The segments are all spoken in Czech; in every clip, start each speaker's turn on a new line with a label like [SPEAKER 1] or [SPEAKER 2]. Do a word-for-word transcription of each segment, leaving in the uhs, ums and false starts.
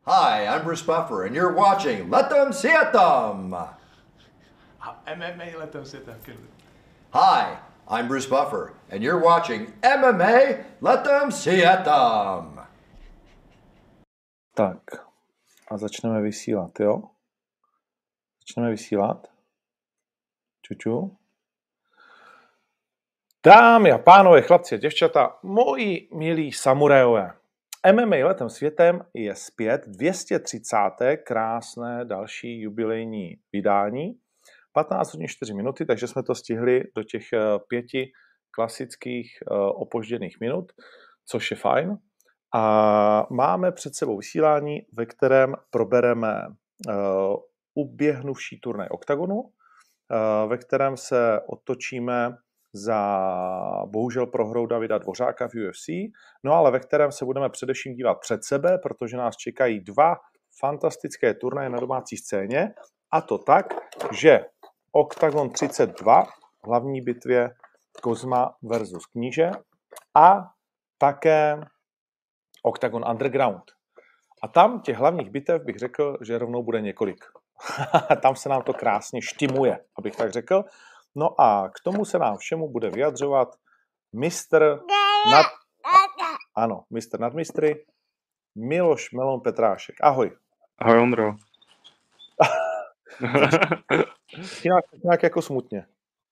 [SPEAKER 1] Hi, I'm Bruce Buffer, and you're watching Let Them See It Them!
[SPEAKER 2] M M A Let Them See It Them.
[SPEAKER 1] Hi, I'm Bruce Buffer, and you're watching M M A Let Them See It Them!
[SPEAKER 3] Tak, a začneme vysílat, jo? Začneme vysílat. Čuču. Dámy a pánové, chlapci a děvčata, moji milí samurajové, M M A Letem světem je zpět dvě stě třicáté krásné další jubilejní vydání. patnáct hodin čtyři minuty, takže jsme to stihli do těch pěti klasických opožděných minut, což je fajn. A máme před sebou vysílání, ve kterém probereme uběhnuvší turnaj Oktagonu, ve kterém se otočíme za bohužel prohrou Davida Dvořáka v U F C, no ale ve kterém se budeme především dívat před sebe, protože nás čekají dva fantastické turnaje na domácí scéně, a to tak, že Oktagon třicet dva, hlavní bitvě Kozma versus Kníže, a také Oktagon Underground. A tam těch hlavních bitev bych řekl, že rovnou bude několik. Tam se nám to krásně štimuje, abych tak řekl. No a k tomu se nám všemu bude vyjadřovat mistr nad... Ano, mistr nadmistry Miloš Melon Petrášek. Ahoj.
[SPEAKER 4] Ahoj, Ondro.
[SPEAKER 3] nějak, nějak jako smutně.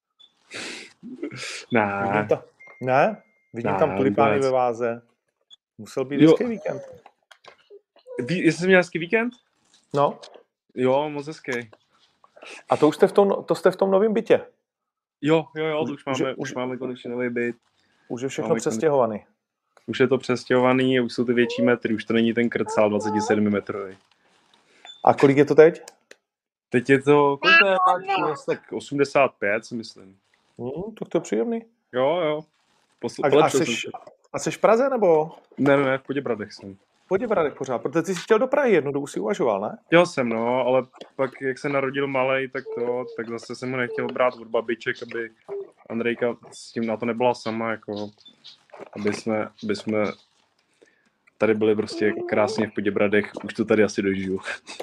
[SPEAKER 4] Ne.
[SPEAKER 3] Vidím, ta... ne? Vidím
[SPEAKER 4] ne,
[SPEAKER 3] tam tulipány
[SPEAKER 4] vůbec.
[SPEAKER 3] ve váze. Musel být hezký víkend.
[SPEAKER 4] Ví, jestli jsi měl hezký víkend?
[SPEAKER 3] No.
[SPEAKER 4] Jo, moc hezký.
[SPEAKER 3] A to už jste v tom, to jste v tom novém bytě?
[SPEAKER 4] Jo, jo, jo, to už máme,
[SPEAKER 3] už,
[SPEAKER 4] už máme konečně nový byt.
[SPEAKER 3] Už je všechno
[SPEAKER 4] Máme
[SPEAKER 3] přestěhovaný.
[SPEAKER 4] Konečně, už je to přestěhovaný, už jsou ty větší metry, už to není ten krcál dvacet sedm metrový.
[SPEAKER 3] A kolik je to teď?
[SPEAKER 4] Teď je to, kolik to je, tak osmdesát pět, si myslím.
[SPEAKER 3] Hmm, tak to je příjemný.
[SPEAKER 4] Jo, jo. Posl-
[SPEAKER 3] A, a, seš, a seš v Praze, nebo?
[SPEAKER 4] Ne, ne, ne, v Poděbradech jsem.
[SPEAKER 3] V Poděbradech pořád, protože ty jsi chtěl do Prahy jednu dobu si uvažoval, ne?
[SPEAKER 4] Chtěl jsem, no, ale pak, jak se narodil malej, tak to, tak zase jsem mu nechtěl brát od babiček, aby Andrejka s tím na to nebyla sama, jako, aby jsme, aby jsme tady byli prostě krásně v Poděbradech, už to tady asi dožiju.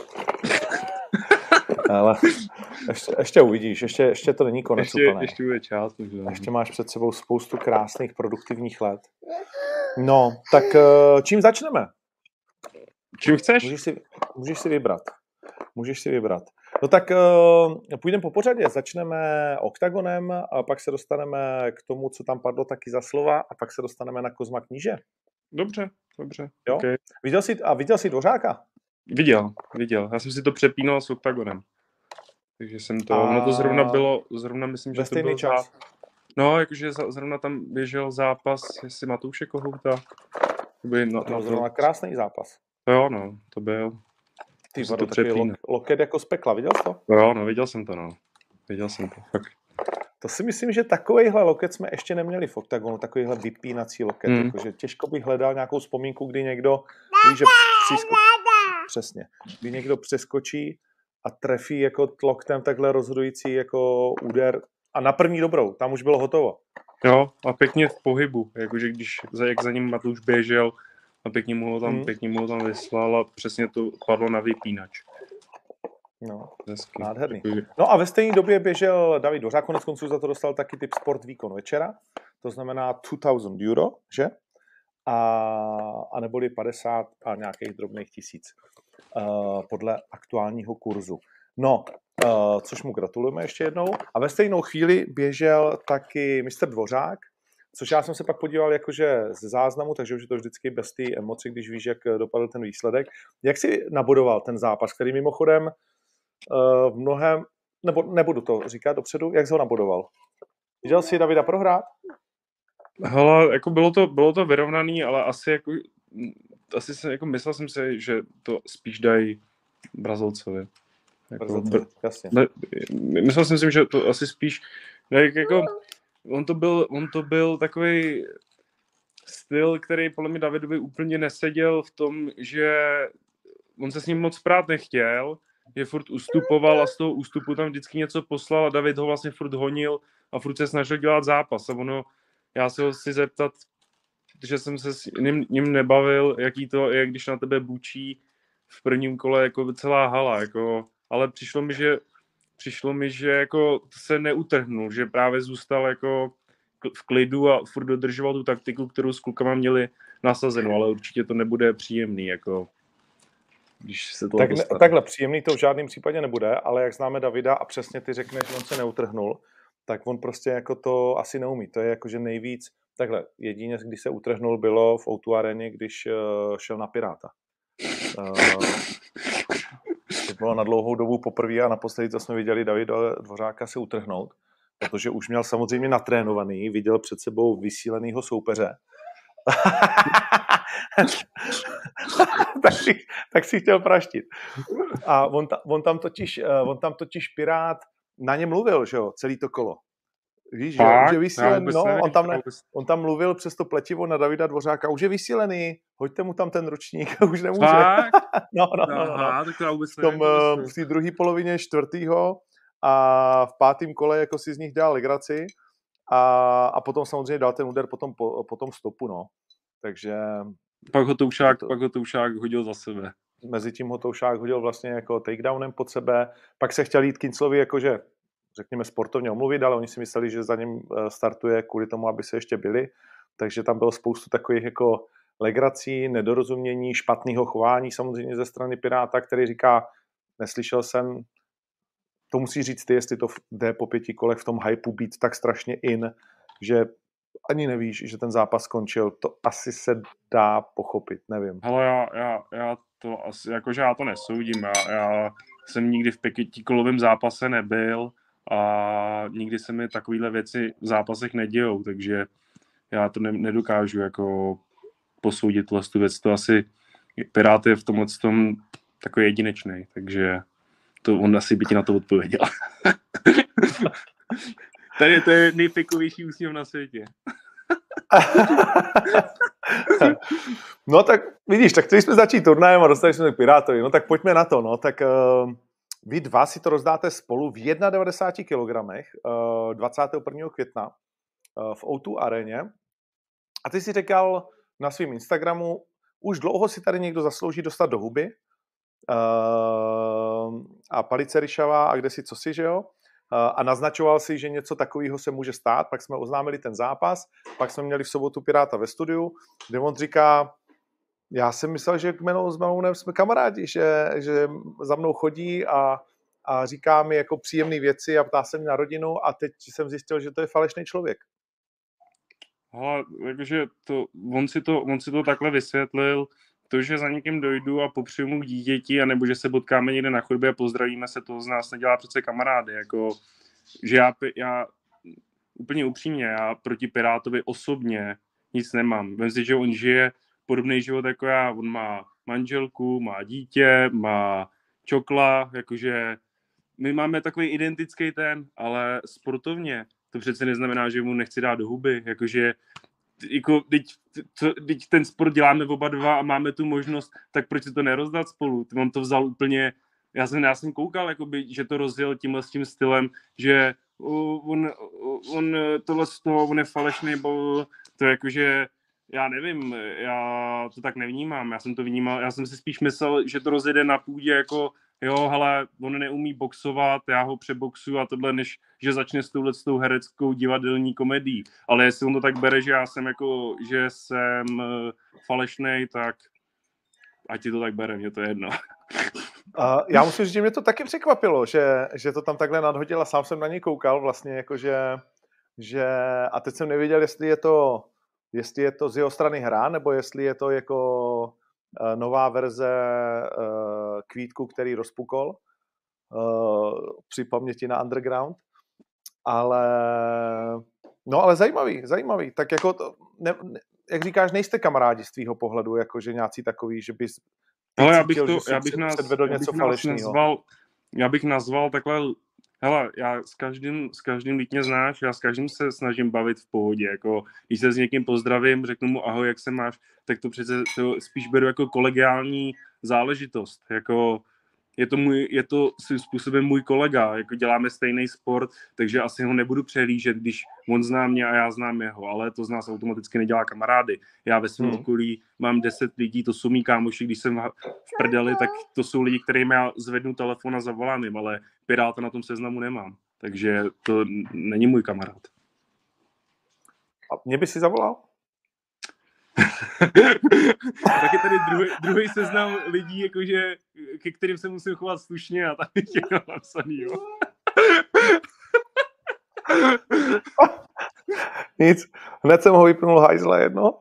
[SPEAKER 3] Ale ještě, ještě uvidíš, ještě, ještě to není konec
[SPEAKER 4] ještě,
[SPEAKER 3] úplně.
[SPEAKER 4] ještě bude čas. Možná.
[SPEAKER 3] Ještě máš před sebou spoustu krásných produktivních let. No, tak čím začneme?
[SPEAKER 4] Čím chceš?
[SPEAKER 3] Můžeš si, můžeš si vybrat. Můžeš si vybrat. No tak uh, půjdeme po pořadě. Začneme Oktagonem a pak se dostaneme k tomu, co tam padlo taky za slova, a pak se dostaneme na Kozma Kníže.
[SPEAKER 4] Dobře, dobře.
[SPEAKER 3] Jo?
[SPEAKER 4] Okay.
[SPEAKER 3] Viděl jsi, a viděl jsi Dvořáka?
[SPEAKER 4] Viděl, viděl. Já jsem si to přepínal s Oktagonem. Takže jsem to,
[SPEAKER 3] a...
[SPEAKER 4] no to zrovna bylo, zrovna myslím, že to byl
[SPEAKER 3] čas.
[SPEAKER 4] Zá... No, jakože zrovna tam běžel zápas, jestli Matouše Kohouta. By
[SPEAKER 3] no, to byl zrovna krásný zápas.
[SPEAKER 4] Jo, no, to byl.
[SPEAKER 3] Ty vado, takový lo- loket jako z pekla, viděl jsi to?
[SPEAKER 4] Jo, no, viděl jsem to, no. Viděl jsem to, fakt.
[SPEAKER 3] To si myslím, že takovýhle loket jsme ještě neměli v Oktagonu, takovýhle vypínací loket, mm. jakože těžko bych hledal nějakou vzpomínku, kdy někdo, ví, že přisko... přesně, kdy někdo přeskočí a trefí jako loktem takhle rozhodující jako úder a na první dobrou, tam už bylo hotovo.
[SPEAKER 4] Jo, a pěkně v pohybu, jakože když, jak za ním Matouš běžel a pěkně mu ho tam, mm. pěkně mu ho tam vyslal a přesně to padlo na vypínač.
[SPEAKER 3] No,
[SPEAKER 4] hezky.
[SPEAKER 3] Nádherný. No a ve stejné době běžel David Dvořák, konec konců za to dostal taky typ sport výkon večera, to znamená two thousand euro, že? A, a neboli padesát a nějakých drobných tisíc uh, podle aktuálního kurzu. No, uh, což mu gratulujeme ještě jednou. A ve stejnou chvíli běžel taky mistr Dvořák, což já jsem se pak podíval jakože z záznamu, takže už je to vždycky bez té emoci, když víš, jak dopadl ten výsledek. Jak jsi nabodoval ten zápas, který mimochodem uh, v mnohem, nebo nebudu to říkat dopředu, jak jsi ho nabodoval? Viděl jsi Davida prohrát?
[SPEAKER 4] Hele, jako bylo to, bylo to vyrovnaný, ale asi jako, asi jsem, jako myslel jsem si, že to spíš dají Brazilcovi. Jako,
[SPEAKER 3] Brazilcovi, jasně.
[SPEAKER 4] Ne, myslel jsem si, že to asi spíš, ne, jako, on to byl, on to byl takový styl, který podle mě Davidovi úplně neseděl v tom, že on se s ním moc prát nechtěl, že furt ustupoval a z toho ústupu tam vždycky něco poslal a David ho vlastně furt honil a furt se snažil dělat zápas a ono, já se ho chci zeptat, že jsem se s ním, ním nebavil, jaký to je, když na tebe bučí v prvním kole jako celá hala, jako, ale přišlo mi, že přišlo mi, že jako se neutrhnul, že právě zůstal jako v klidu a furt dodržoval tu taktiku, kterou s klukama měli nasazenou, ale určitě to nebude příjemný, jako když se to
[SPEAKER 3] tak, takhle příjemný to v žádném případě nebude, ale jak známe Davida a přesně ty řekneš, že on se neutrhnul, tak on prostě jako to asi neumí. To je jako, že nejvíc, takhle, jedině, když se utrhnul, bylo v ó dva aréně, když uh, šel na Piráta. Uh, to bylo na dlouhou dobu poprvé a naposledy, co jsme viděli Davida Dvořáka se utrhnout, protože už měl samozřejmě natrénovaný, viděl před sebou vysílenýho soupeře. tak, si, tak si chtěl praštit. A on, ta, on, tam totiž, on tam totiž Pirát na ně mluvil, že jo, celý to kolo. Víš, že už je vysílený, no, on tam, ne, on tam mluvil přes to pletivo na Davida Dvořáka, už je vysílený, hoďte mu tam ten ručník, už nemůže. no, no, no, no, no. V tom, v té druhé polovině čtvrtýho a v pátém kole jako si z nich dal legraci a, a potom samozřejmě dal ten úder potom po, po tom stopu, no. Takže...
[SPEAKER 4] Pak ho Toušák, to, pak ho Toušák hodil za sebe.
[SPEAKER 3] Mezitím ho Toušák hodil vlastně jako takedownem pod sebe, pak se chtěl jít Kinclovi jakože řekněme sportovně omluvit, ale oni si mysleli, že za ním startuje kvůli tomu, aby se ještě byli, takže tam bylo spoustu takových jako legrací, nedorozumění, špatného chování samozřejmě ze strany Piráta, který říká, neslyšel jsem, to musí říct ty, jestli to jde po pěti kolech v tom hypeu být tak strašně in, že ani nevíš, že ten zápas skončil, to asi se dá pochopit, nevím.
[SPEAKER 4] Hele, já, já, já to asi, jakože já to nesoudím, já, já jsem nikdy v pětikolovém zápase nebyl a nikdy se mi takovýhle věci v zápasech nedějou, takže já to ne, nedokážu jako posoudit tuhle tu věc, to asi Pirát je v tomhle tom takový jedinečný, takže to on asi by ti na to odpověděl. Tady to je nejfikovější úsměv na světě.
[SPEAKER 3] No tak vidíš, tak chtěli jsme začít turnajem a dostali jsme k Pirátovi, no tak pojďme na to, no tak uh, vy dva si to rozdáte spolu v devadesáti jedna kilogramech uh, dvacátého prvního května uh, v ó dva aréně a ty si říkal na svém Instagramu, už dlouho si tady někdo zaslouží dostat do huby uh, a palice ryšavá a kde si co si, že jo? A naznačoval si, že něco takového se může stát, pak jsme oznámili ten zápas, pak jsme měli v sobotu Piráta ve studiu, kde on říká, já jsem myslel, že s Melounem jsme kamarádi, že, že za mnou chodí a, a říká mi jako příjemné věci a ptá se mě na rodinu a teď jsem zjistil, že to je falešný člověk.
[SPEAKER 4] Hele, jakože to, on, si to, on si to takhle vysvětlil, to, že za někým dojdu a popřeju mu k dítěti, anebo že se potkáme někde na chodbě a pozdravíme se, to z nás nedělá přece kamarády. Jako, že já, já úplně upřímně, já proti Pirátovi osobně nic nemám. Vem si, že on žije podobný život jako já. On má manželku, má dítě, má čokla, jakože my máme takový identický ten, ale sportovně to přece neznamená, že mu nechci dát do huby, jakože jako, teď, to, teď ten sport děláme oba dva a máme tu možnost, tak proč si to nerozdat spolu? On to vzal úplně, já jsem, já jsem koukal, jakoby, že to rozjel tímhle s tím stylem, že uh, on, on tohle z toho, on je falešný, bo to jakože, já nevím, já to tak nevnímám, já jsem to vnímal, já jsem si spíš myslel, že to rozjede na půdě jako, jo, hele, on neumí boxovat, já ho přeboxuju a tohle, než že začne s touhle s tou hereckou divadelní komedií. Ale jestli on to tak bere, že já jsem jako, že jsem falešnej, tak ať ti to tak bere, mě to je jedno.
[SPEAKER 3] Uh, já musím říct, že mě to taky překvapilo, že, že to tam takhle nadhodil a sám jsem na něj koukal vlastně, jakože, že, a teď jsem nevěděl, jestli je to, jestli je to z jeho strany hra, nebo jestli je to jako uh, nová verze uh, Kvítku, který rozpukol uh, při paměti na Underground. Ale, no ale zajímavý, zajímavý. Tak jako, to, ne, ne, jak říkáš, nejste kamarádi z tvýho pohledu, jakože nějací takový, že bys
[SPEAKER 4] hele, já bych to,
[SPEAKER 3] cítil,
[SPEAKER 4] já bych nás,
[SPEAKER 3] předvedl
[SPEAKER 4] já
[SPEAKER 3] něco
[SPEAKER 4] bych
[SPEAKER 3] falešného.
[SPEAKER 4] Nazval, já bych nazval takhle, hele, já s každým, s každým, když mě znáš, já s každým se snažím bavit v pohodě, jako, když se s někým pozdravím, řeknu mu ahoj, jak se máš, tak to přece to spíš beru jako kolegiální záležitost, jako, je to, můj, je to svým způsobem můj kolega, jako děláme stejný sport, takže asi ho nebudu přehlížet, když on zná mě a já znám jeho, ale to z nás automaticky nedělá kamarády. Já ve svém hmm. okolí mám deset lidí, to jsou mý kámoši, když jsem v prdeli, tak to jsou lidi, kterým já zvednu telefon a zavolám jim, ale Piráta na tom seznamu nemám, takže to není můj kamarád.
[SPEAKER 3] A mě by si zavolal?
[SPEAKER 4] Tak je tady druhý, druhý seznam lidí, jakože, ke kterým se musím chovat slušně a tam je napsaný, jo.
[SPEAKER 3] Nic, hned jsem ho vypnul hajzle jedno.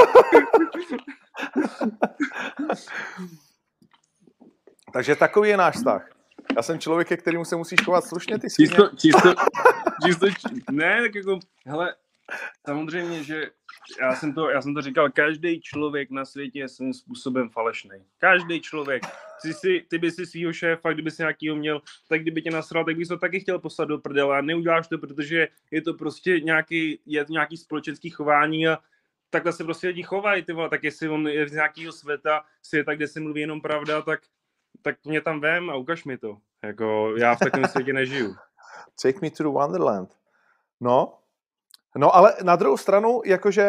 [SPEAKER 3] Takže takový je náš vztah. Já jsem člověk, ke kterému se musíš chovat slušně, ty svině.
[SPEAKER 4] Čisto, čisto, čisto, ne, tak jako, hele, samozřejmě, že já jsem to, já jsem to říkal, každý člověk na světě je svým způsobem falešný. Každý člověk. Ty, si, ty by si svýho šéfa, kdyby si nějakýho měl, tak kdyby tě nasral, tak bys to taky chtěl poslat do prdele a neuděláš to, protože je to prostě nějaký, je to nějaký společenský chování a takhle se prostě lidi chovají, ty vole, tak jestli on je z nějakého světa, světa, kde se mluví jenom pravda, tak, tak mě tam vem a ukaž mi to. Jako, já v takovém světě nežiju.
[SPEAKER 3] Take me to the Wonderland. No, no ale na druhou stranu, jakože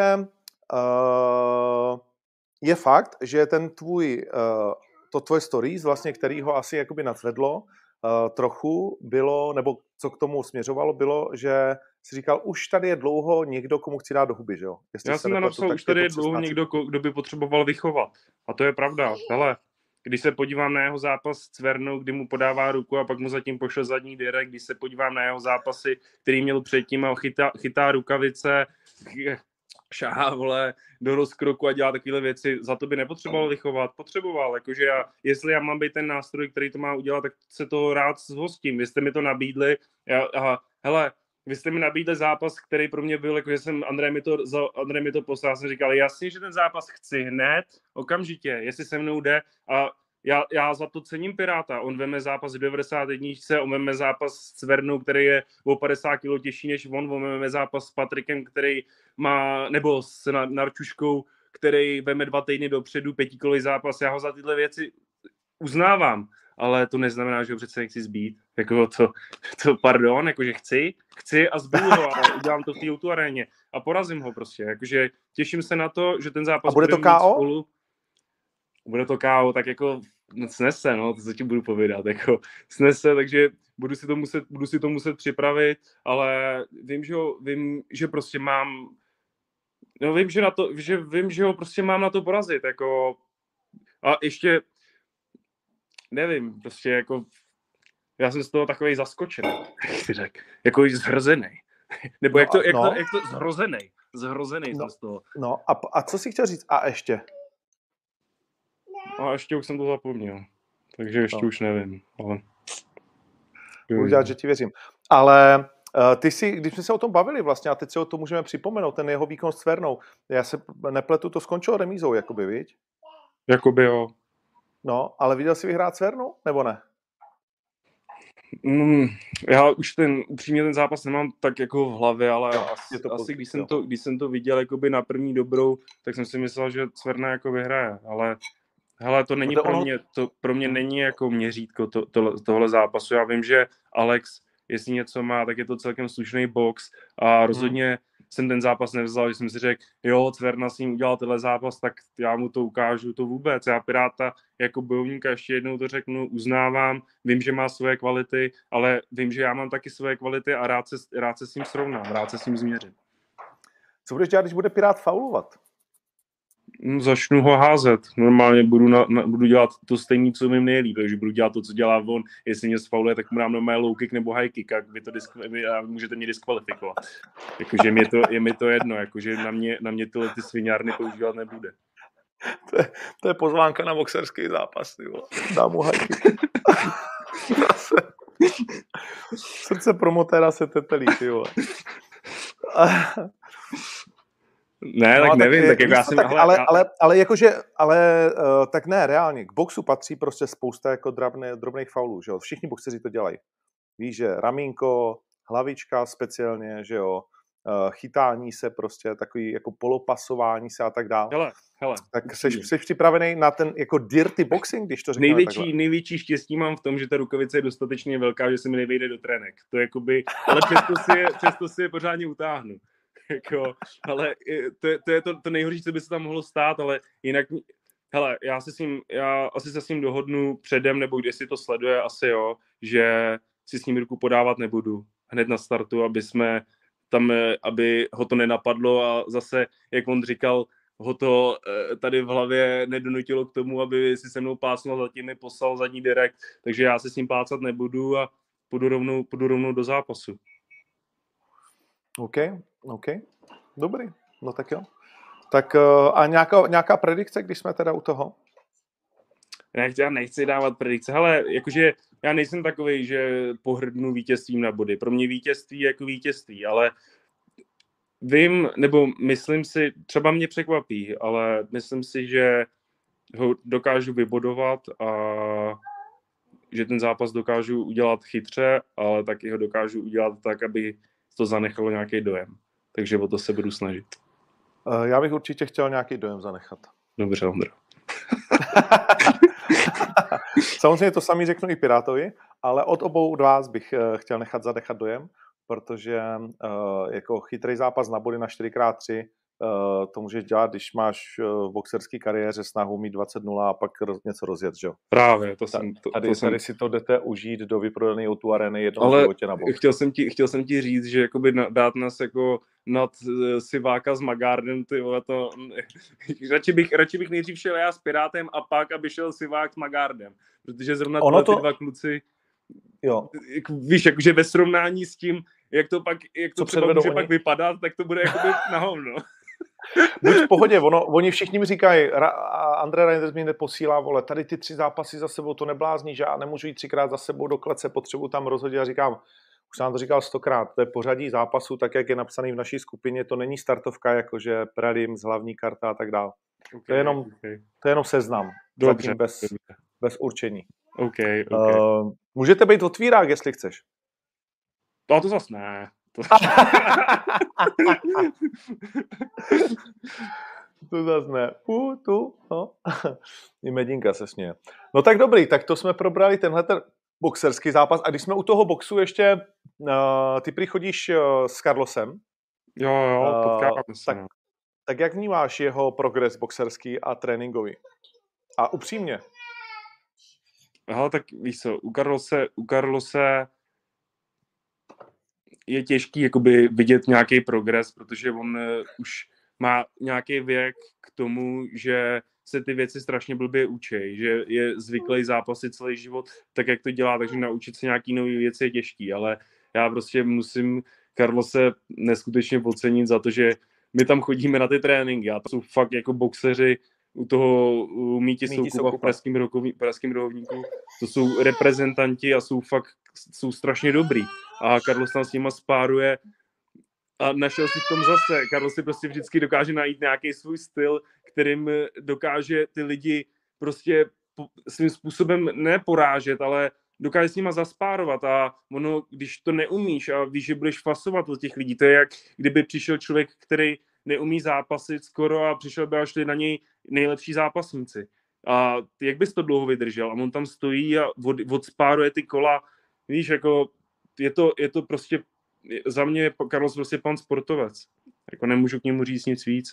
[SPEAKER 3] uh, je fakt, že ten tvůj, uh, to tvoje stories, vlastně, který ho asi jakoby nadzvedlo, uh, trochu bylo, nebo co k tomu směřovalo, bylo, že si říkal, už tady je dlouho někdo, komu chci dát do huby, že jo? Jestli
[SPEAKER 4] Já jsem napsal, už tady je dlouho někdo, kdo by potřeboval vychovat. A to je pravda. Hele, když se podívám na jeho zápas s Cvernou, kdy mu podává ruku a pak mu zatím pošle zadní direkt, když se podívám na jeho zápasy, který měl předtím a chytá, chytá rukavice, šahá, vole, do rozkroku a dělá takovéhle věci, za to by nepotřeboval vychovat, potřeboval, jakože já, jestli já mám být ten nástroj, který to má udělat, tak se toho rád zhostím, vy jste mi to nabídli, já, aha, hele, vy jste mi nabídli zápas, který pro mě byl, jakože jsem, Andrej mi to, za, Andrej mi to poslal, jsem říkal, jasně, že ten zápas chci hned, okamžitě, jestli se mnou jde a já, já za to cením Piráta, on veme zápas v devadesát jedna, on veme zápas s Cvernou, který je o padesát kilogramů těžší než on, on veme zápas s Patrikem, který má, nebo s Narčuškou, který veme dva týdny dopředu, pětikilový zápas, já ho za tyhle věci uznávám, ale to neznamená, že ho přece nechci zbít. Jako to, to pardon, jakože chci, chci a zbudu ho a udělám to v té auto aréně a porazím ho prostě. Jakože těším se na to, že ten zápas
[SPEAKER 3] a bude to ká ó?
[SPEAKER 4] Spolu. Bude to ká ó, tak jako no, snese, no, to co ti budu povídat, jako snese, takže budu si to muset, budu si to muset připravit, ale vím, že ho, vím, že prostě mám, no vím, že na to, že vím, že ho prostě mám na to porazit, jako a ještě nevím, prostě jako já jsem z toho takovej zaskočený, jak si řek, jako zhrzený. Nebo
[SPEAKER 3] no,
[SPEAKER 4] jak to, jak
[SPEAKER 3] no.
[SPEAKER 4] to, jak to, zhrozený, zhrozený
[SPEAKER 3] no,
[SPEAKER 4] jsem z toho.
[SPEAKER 3] No a, a co jsi chtěl říct? A ještě?
[SPEAKER 4] A ještě už jsem to zapomněl, takže ještě no. už nevím, ale...
[SPEAKER 3] Budu dělat, že ti věřím. Ale uh, ty si, když jsme se o tom bavili vlastně, a teď se o tom můžeme připomenout, ten jeho výkon s Cvernou, já se nepletu, to skončilo remízou, jakoby, viď?
[SPEAKER 4] Jakoby jo.
[SPEAKER 3] No, ale viděl jsi vyhrát Cvernu, nebo ne?
[SPEAKER 4] Mm, já už ten, upřímně ten zápas nemám tak jako v hlavě, ale no, asi, to asi když, jsem to, když jsem to viděl jakoby na první dobrou, tak jsem si myslel, že Cverna jako vyhraje, ale hele, to není to pro ono... mě, to pro mě není jako měřítko to, to, tohle zápasu. Já vím, že Alex, jestli něco má, tak je to celkem slušný box a rozhodně hmm. jsem ten zápas nevzal, že jsem si řekl, jo, Cverna s ním udělal tenhle zápas, tak já mu to ukážu, to vůbec. Já Piráta jako bojovníka ještě jednou to řeknu, uznávám, vím, že má svoje kvality, ale vím, že já mám taky svoje kvality a rád se, rád se s ním srovnám, rád se s ním změřím.
[SPEAKER 3] Co budeš dělat, když bude Pirát faulovat?
[SPEAKER 4] Začnu ho házet. Normálně budu, na, na, budu dělat to stejné, co mi nejlíp, takže budu dělat to, co dělá on. Jestli mě sfauluje, tak mu dám normálně low kick nebo high kick, jak vy to diskv- můžete mě diskvalifikovat. Jakože mi to, je mi to jedno, jakože na mě, na mě tyhle ty sviňárny používat nebude.
[SPEAKER 3] To je, to je pozvánka na boxerský zápas, ty vole. Dám mu high kick. Srdce promotéra se tetelí, ty vole.
[SPEAKER 4] Ne, no, tak nevím, tak, tak jako já jsem...
[SPEAKER 3] Tak,
[SPEAKER 4] ale,
[SPEAKER 3] ale,
[SPEAKER 4] já...
[SPEAKER 3] ale, ale jakože, ale uh, tak ne, reálně, k boxu patří prostě spousta jako drobné, drobných faulů, že jo, všichni boxeři to dělají. Víš, že ramínko, hlavička speciálně, že jo, chytání se prostě, takový jako polopasování se a tak dále.
[SPEAKER 4] Hele, hele.
[SPEAKER 3] Tak jsi, jsi připravený na ten jako dirty boxing, když to řekneme
[SPEAKER 4] největší,
[SPEAKER 3] takhle?
[SPEAKER 4] největší štěstí mám v tom, že ta rukavice je dostatečně velká, že se mi nevejde do trenek. To jakoby, ale přesto si je, přesto si je pořádně utáhnu. Jako, ale to, to je to, to nejhorší, co by se tam mohlo stát, ale jinak, hele, já, si s ním, já asi se s ním dohodnu předem, nebo když si to sleduje, asi jo, že si s ním ruku podávat nebudu hned na startu, aby jsme tam, aby ho to nenapadlo a zase, jak on říkal, ho to tady v hlavě nedonutilo k tomu, aby si se mnou pásnul a zatím mi poslal zadní direkt, takže já se s ním plácat nebudu a půjdu rovnou, půjdu rovnou do zápasu.
[SPEAKER 3] OK, OK, dobrý, no tak jo. Tak a nějaká, nějaká predikce, když jsme teda u toho?
[SPEAKER 4] Nechci, já nechci dávat predikce, ale jakože já nejsem takovej, že pohrdnu vítězstvím na body. Pro mě vítězství je jako vítězství, ale vím, nebo myslím si, třeba mě překvapí, ale myslím si, že ho dokážu vybodovat a že ten zápas dokážu udělat chytře, ale taky ho dokážu udělat tak, aby to zanechalo nějaký dojem. Takže o to se budu snažit.
[SPEAKER 3] Já bych určitě chtěl nějaký dojem zanechat.
[SPEAKER 4] Dobře, Ondro.
[SPEAKER 3] Samozřejmě to samý řeknu i Pirátovi, ale od obou od vás bych chtěl nechat zanechat dojem, protože uh, jako chytrý zápas na body na čtyři krát tři uh, to můžeš dělat, když máš v boxerské kariéře snahu mít dvacet nula a pak roz, něco rozjet, že jo?
[SPEAKER 4] Právě, to jsem... To,
[SPEAKER 3] tady,
[SPEAKER 4] to jsem...
[SPEAKER 3] tady si to jdete užít do vyprodaného tu areny jednou
[SPEAKER 4] ale
[SPEAKER 3] v životě na box.
[SPEAKER 4] Chtěl jsem ti, chtěl jsem ti říct, že jakoby dát nás jako nad uh, Siváka s Magardem, ty vole, to... radši, bych, radši bych nejdřív šel já s Pirátem a pak, aby šel Sivák s Magardem, protože zrovna tyhle to... ty dva kluci...
[SPEAKER 3] Jo.
[SPEAKER 4] Víš, jakože ve srovnání s tím, jak to pak, jak to třeba může oni? pak vypadat, tak to bude jakoby na hovno.
[SPEAKER 3] Buď v pohodě, ono, oni všichni mi říkají, André Reinders mi neposílá, vole, tady ty tři zápasy za sebou, to neblázní, že já nemůžu jít třikrát za sebou do klece, potřebuji tam rozhodit a říkám, už jsem vám to říkal stokrát, to je pořadí zápasu, tak jak je napsaný v naší skupině, to není startovka, jakože prelims, hlavní karta a tak dále. Okay, to, je jenom, okay. to je jenom seznam,
[SPEAKER 4] dobře,
[SPEAKER 3] bez, bez určení.
[SPEAKER 4] Okay, okay.
[SPEAKER 3] Uh, můžete být otvírák, jestli chceš.
[SPEAKER 4] To, to zas ne. To,
[SPEAKER 3] to zas ne. Uh, tu, no. I Medinka se směje. No tak dobrý, tak to jsme probrali tenhle ten boxerský zápas. A když jsme u toho boxu ještě, uh, ty prý chodíš uh, s Carlosem.
[SPEAKER 4] Jo, jo, potkáváme uh, se.
[SPEAKER 3] Tak, tak jak vnímáš jeho progres boxerský a tréninkový? A upřímně.
[SPEAKER 4] Aha, tak víš co, u Carlose, u Carlose je těžký jakoby vidět nějaký progres, protože on uh, už má nějaký věk k tomu, že se ty věci strašně blbě učí, že je zvyklý zápasit celý život tak, jak to dělá, takže naučit se nějaký nový věci je těžký, ale já prostě musím Carlose neskutečně ocenit za to, že my tam chodíme na ty tréninky a to jsou fakt jako boxeři u toho u Míti Soukupa v pražském, rokovní, pražském rohovníku, to jsou reprezentanti a jsou fakt jsou strašně dobrý a Carlos tam s nima spáruje a našel si v tom zase. Carlos si prostě vždycky dokáže najít nějaký svůj styl, kterým dokáže ty lidi prostě svým způsobem neporážet, ale dokáže s nima zaspárovat a ono, když to neumíš a víš, že budeš fasovat od těch lidí, to je jak kdyby přišel člověk, který neumí zápasit skoro a přišel by a šli na něj nejlepší zápasníci. A jak bys to dlouho vydržel? A on tam stojí a od, odspáruje ty kola. Víš, jako je to, je to prostě za mě je Carlos prostě pan sportovec. Jako nemůžu k němu říct nic víc.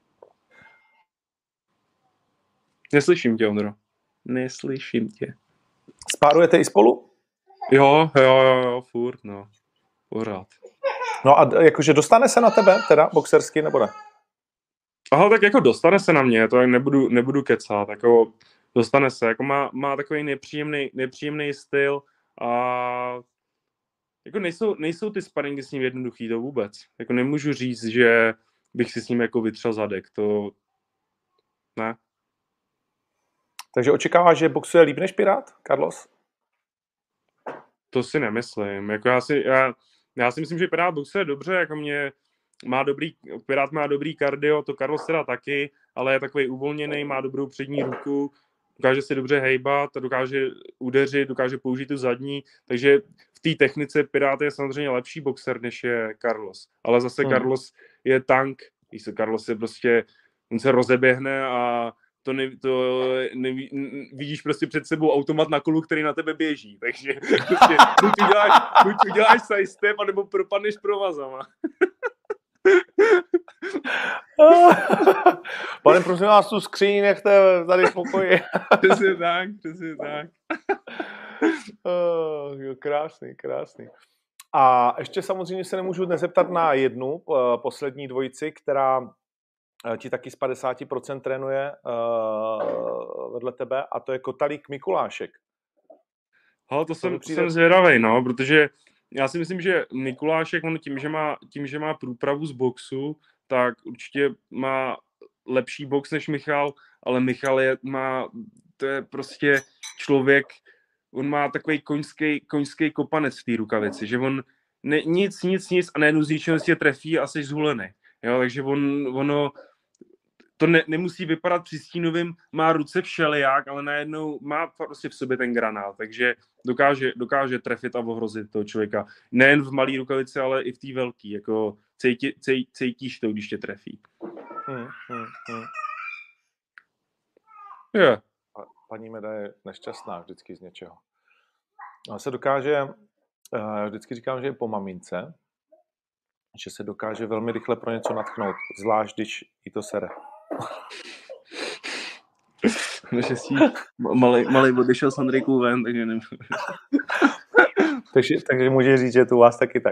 [SPEAKER 4] Neslyším tě, Ondro. Neslyším tě.
[SPEAKER 3] Spárujete i spolu?
[SPEAKER 4] Jo, jo, jo, jo, furt, no. Pořád.
[SPEAKER 3] No a jakože dostane se na tebe, teda boxersky, nebo ne?
[SPEAKER 4] Aha, tak jako dostane se na mě, to nebudu, nebudu kecat, jako dostane se, jako má, má takový nepříjemný, nepříjemný styl a jako nejsou, nejsou ty sparingy s ním jednoduchý, to vůbec. Jako nemůžu říct, že bych si s ním jako vytřel zadek, to ne.
[SPEAKER 3] Takže očekáváš, že boxuje líp než Pirát, Carlos?
[SPEAKER 4] To si nemyslím, jako já si, já, já si myslím, že Pirát boxuje dobře, jako mě má dobrý, Pirát má dobrý kardio, to Carlos teda taky, ale je takový uvolněný, má dobrou přední ruku, dokáže se dobře hejbat, dokáže udeřit, dokáže použít tu zadní, takže v té technice Pirát je samozřejmě lepší boxer, než je Carlos. Ale zase
[SPEAKER 3] Hmm.
[SPEAKER 4] Carlos je tank. Víš co, Carlos je prostě, on se rozeběhne a to, ne, to neví, vidíš prostě před sebou automat na kolu, který na tebe běží. Takže prostě, buď uděláš, buď uděláš sidestep, anebo propadneš provazama.
[SPEAKER 3] Pane, prosím vás, tu skříň nechte tady v pokoji.
[SPEAKER 4] Přesně tak, přesně tak.
[SPEAKER 3] Oh, jo, krásný, krásný. A ještě samozřejmě se nemůžu nezeptat na jednu uh, poslední dvojici, která uh, ti taky z padesát procent trénuje uh, vedle tebe, a to je Kotalík Mikulášek.
[SPEAKER 4] Hele, to jsem,
[SPEAKER 3] přijde...
[SPEAKER 4] jsem zvědavej, no, protože já si myslím, že Mikulášek, on tím, že má, tím, že má průpravu z boxu, tak určitě má lepší box než Michal, ale Michal je, má, to je prostě člověk, on má takový koňský, koňský kopanec v té rukavici, že on ne, nic, nic, nic a najednou z ničeho tě trefí a jsi zhulený. Jo, takže on, ono, to ne, nemusí vypadat při stínovým, má ruce všelijak, ale najednou má prostě v sobě ten granát, takže dokáže, dokáže trefit a ohrozit toho člověka. Nejen v malý rukavici, ale i v té velký, jako cítí, cítí, cítíš to, když tě trefí.
[SPEAKER 3] Hmm, hmm, hmm.
[SPEAKER 4] Yeah.
[SPEAKER 3] Paní Meda je nešťastná vždycky z něčeho. Ona se dokáže, já vždycky říkám, že je po mamince, že se dokáže velmi rychle pro něco natchnout, zvlášť když jí to sere.
[SPEAKER 4] Naštěstí malej, malej odešel s Andrejkou ven, takže nevím.
[SPEAKER 3] takže, takže může říct, že to u vás taky tak.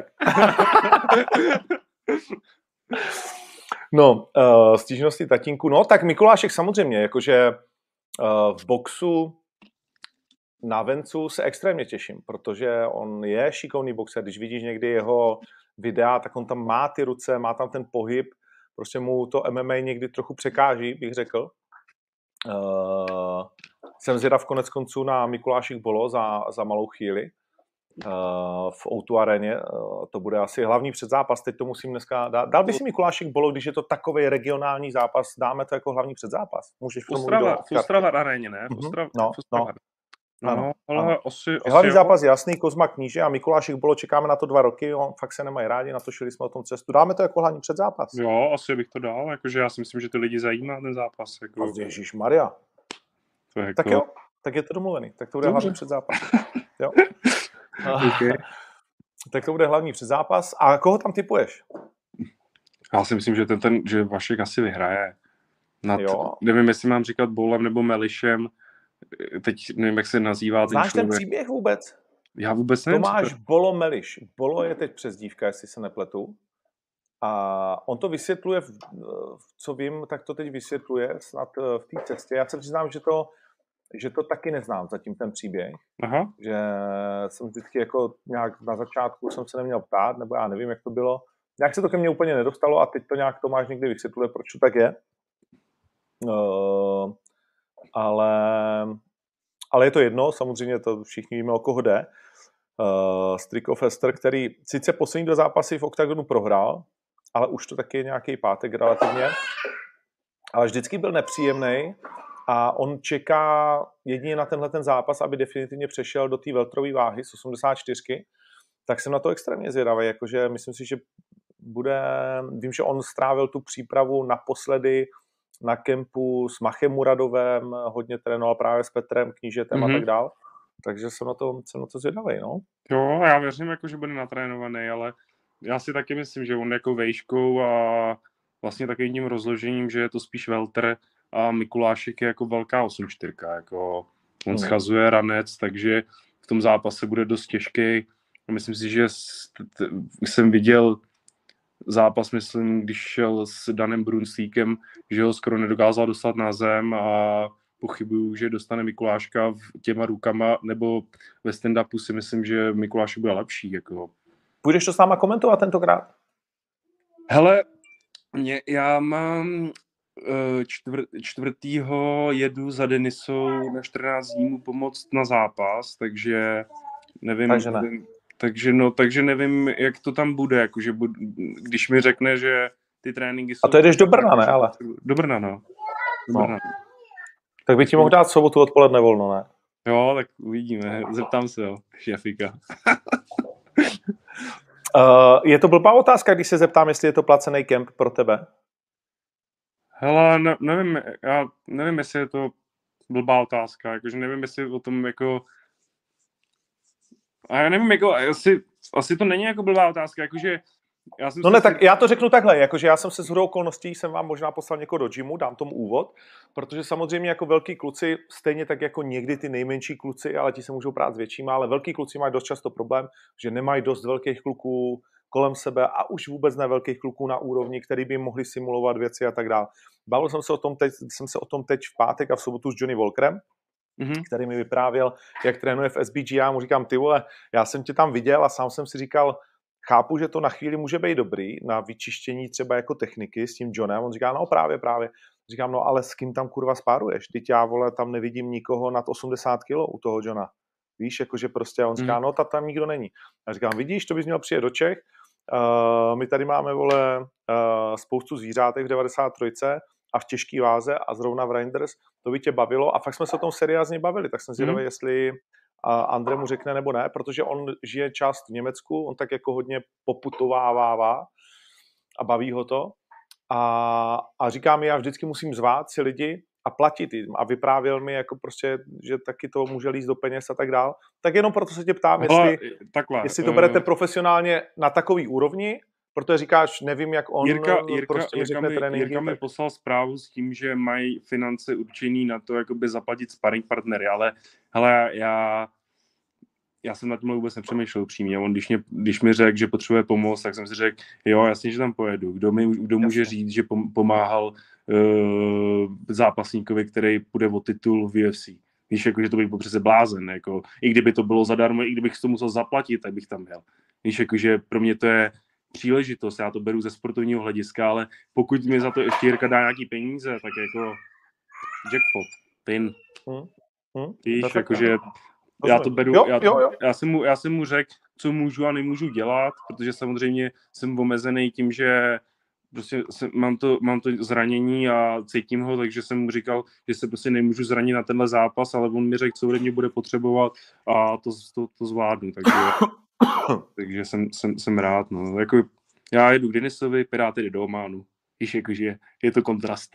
[SPEAKER 3] No, uh, stížnosti tatínku. No, tak Mikulášek samozřejmě, jakože uh, v boxu na vencu se extrémně těším, protože on je šikovný boxer. Když vidíš někdy jeho videa, tak on tam má ty ruce, má tam ten pohyb, prostě mu to M M A někdy trochu překáží, bych řekl. Uh, jsem zvědav konec konců na Mikulášek Bolo za, za malou chvíli uh, v O dva aréně. Uh, to bude asi hlavní předzápas, teď to musím dneska dát. Dal by si Mikulášek Bolo, když je to takový regionální zápas, dáme to jako hlavní předzápas? Můžeš v tom udělat.
[SPEAKER 4] V Ostrava aréně, ne?
[SPEAKER 3] Mm-hmm.
[SPEAKER 4] Ostrava,
[SPEAKER 3] no, no.
[SPEAKER 4] No,
[SPEAKER 3] ano,
[SPEAKER 4] ale
[SPEAKER 3] ano.
[SPEAKER 4] asi,
[SPEAKER 3] Hlavní
[SPEAKER 4] asi
[SPEAKER 3] zápas je jasný, Kozma Kníže a Mikulášek Bolo, čekáme na to dva roky, on fakt se nemají rádi, natočili jsme o tom cestu. Dáme to jako hlavní předzápas.
[SPEAKER 4] Jo, asi bych to dal, jakože já si myslím, že ty lidi zajímá ten zápas. Jako...
[SPEAKER 3] Ježišmarja.
[SPEAKER 4] Jako...
[SPEAKER 3] Tak jo, tak je to domluvený, tak to bude
[SPEAKER 4] Dobře.
[SPEAKER 3] hlavní předzápas. Jo.
[SPEAKER 4] Okay.
[SPEAKER 3] Tak to bude hlavní předzápas. A koho tam tipuješ?
[SPEAKER 4] Já si myslím, že ten, ten že Vašek asi vyhraje. Nad,
[SPEAKER 3] jo.
[SPEAKER 4] Nevím, jestli mám říkat Bolem nebo Melišem. Teď nevím, jak se nazývá ten
[SPEAKER 3] Znáš
[SPEAKER 4] člověk.
[SPEAKER 3] ten příběh vůbec?
[SPEAKER 4] Já vůbec nevím.
[SPEAKER 3] Tomáš Bolo Meliš. Bolo je teď přezdívka, jestli se nepletu. A on to vysvětluje, v, co vím, tak to teď vysvětluje snad v té cestě. Já se přiznám, že to, že to taky neznám zatím ten příběh.
[SPEAKER 4] Aha.
[SPEAKER 3] Že jsem vždycky jako nějak na začátku jsem se neměl ptát, nebo já nevím, jak to bylo. Nějak se to ke mně úplně nedostalo a teď to nějak Tomáš někdy vysvětluje, proč to tak je. Uh, ale, ale je to jedno, samozřejmě to všichni víme, o koho jde. Uh, Strikov Ester, který sice poslední dva zápasy v oktagonu prohrál, ale už to taky je nějaký pátek relativně, ale vždycky byl nepříjemný a on čeká jedině na tenhle ten zápas, aby definitivně přešel do té welterové váhy z osmdesát čtyři. Tak jsem na to extrémně zvědavý, jakože myslím si, že bude, vím, že on strávil tu přípravu naposledy na kempu s Machem Muradovem, hodně trénoval právě s Petrem Knížetem mm-hmm. a tak dál. Takže jsem na to, jsem na to zvědavý, no.
[SPEAKER 4] Jo, já věřím, jako, že bude natrénovaný, ale já si taky myslím, že on jako vejškou a vlastně takovým tím rozložením, že je to spíš welter a Mikulášek je jako velká osm čtyři. Jako on mm. schazuje ranec, takže v tom zápase bude dost těžký. Myslím si, že jsem viděl zápas, myslím, když šel s Danem Brunslíkem, že ho skoro nedokázal dostat na zem a pochybuju, že dostane Mikuláška těma rukama, nebo ve stand-upu si myslím, že Mikulášek bude lepší. Jako.
[SPEAKER 3] Půjdeš to s náma komentovat tentokrát?
[SPEAKER 4] Hele, mě, já mám čtvr, čtvrtýho jedu za Denisou na čtrnáct dní mu pomoct na zápas, takže nevím,
[SPEAKER 3] takže, ne.
[SPEAKER 4] nevím takže, no, takže nevím, jak to tam bude, jakože bud, když mi řekne, že ty tréninky jsou...
[SPEAKER 3] A to jdeš do Brna, ne, ale?
[SPEAKER 4] Do Brna, no. Do Brna.
[SPEAKER 3] No. Tak by ti mohl dát sobotu odpoledne volno, ne?
[SPEAKER 4] Jo, tak uvidíme, zeptám se, jo, šefika.
[SPEAKER 3] Uh, je to blbá otázka, když se zeptám, jestli je to placený kemp pro tebe?
[SPEAKER 4] Hele, ne, nevím, já nevím, jestli je to blbá otázka, jakože nevím, jestli o tom jako... A já nevím, jako, asi, asi to není jako blbá otázka, jakože... Já jsem
[SPEAKER 3] no ne,
[SPEAKER 4] si...
[SPEAKER 3] tak já to řeknu takhle, jakože já jsem se shodou okolností, jsem vám možná poslal někoho do gymu, dám tomu úvod, protože samozřejmě jako velký kluci, stejně tak jako někdy ty nejmenší kluci, ale ti se můžou prát s většíma, ale velký kluci mají dost často problém, že nemají dost velkých kluků kolem sebe a už vůbec ne velkých kluků na úrovni, který by mohli simulovat věci a tak dále. Bavil jsem se o tom teď, jsem se o tom teď v pátek a v sobotu s Johnny Walkerem, mm-hmm. který mi vyprávěl, jak trénuje v S B G. Já mu říkám, ty vole, já jsem tě tam viděl a sám jsem si říkal, chápu, že to na chvíli může být dobrý na vyčištění třeba jako techniky s tím Johnem. On říká, no právě, právě. Říkám, no ale s kým tam kurva spáruješ? Teď já, vole, tam nevidím nikoho nad osmdesát kilo u toho Johna. Víš, jakože prostě, on říká, no tam nikdo není. A říkám, vidíš, to bys měl přijet do Čech. Uh, my tady máme, vole, uh, spoustu zvířátek v devadesát tři a v těžký váze a zrovna v Reinders to by tě bavilo a fakt jsme se o tom seriózně bavili, tak jsem zvědavý, mm. jestli a Andre mu řekne nebo ne, protože on žije část v Německu, on tak jako hodně poputovává a baví ho to. A, a říká mi, já vždycky musím zvát si lidi a platit jim. A vyprávěl mi, jako prostě, že taky to může líst do peněz a tak dál. Tak jenom proto se tě ptám, jestli,
[SPEAKER 4] takhle,
[SPEAKER 3] jestli to berete profesionálně na takový úrovni, protože říkáš, nevím, jak on
[SPEAKER 4] Jirka, Jirka,
[SPEAKER 3] prostě
[SPEAKER 4] Jirka,
[SPEAKER 3] řekne
[SPEAKER 4] mi,
[SPEAKER 3] tréninky.
[SPEAKER 4] Jirka mi poslal zprávu s tím, že mají finance určený na to, jakoby zaplatit sparring partnery, ale hele, já, já jsem na tom vůbec nepřemýšlel upřímně. On, když, mě, když mi řekl, že potřebuje pomoc, tak jsem si řekl, jo, jasně, že tam pojedu. Kdo, mi, kdo může říct, že pomáhal uh, zápasníkovi, který půjde o titul v U F C. Víš, jako, že to bych byl přece blázen. Jako, i kdyby to bylo zadarmo, i kdybych to musel zaplatit, tak bych tam byl. Víš, jako, že pro mě to je příležitost, já to beru ze sportovního hlediska, ale pokud mi za to ještě Jirka dá nějaký peníze, tak jako jackpot, pin. Hmm. Hmm. Víš, jakože já to beru,
[SPEAKER 3] jo,
[SPEAKER 4] já,
[SPEAKER 3] jo, jo.
[SPEAKER 4] já jsem mu, já jsem mu řekl, co můžu a nemůžu dělat, protože samozřejmě jsem omezený tím, že prostě jsem, mám, to, mám to zranění a cítím ho, takže jsem mu říkal, že se prostě nemůžu zranit na tenhle zápas, ale on mi řekl, co ode mě bude potřebovat a to, to, to zvládnu, takže, takže jsem, jsem, jsem rád, no. Jako, já jedu k Denisovi, Piráty jde do Ománu, víš, jakože je to kontrast.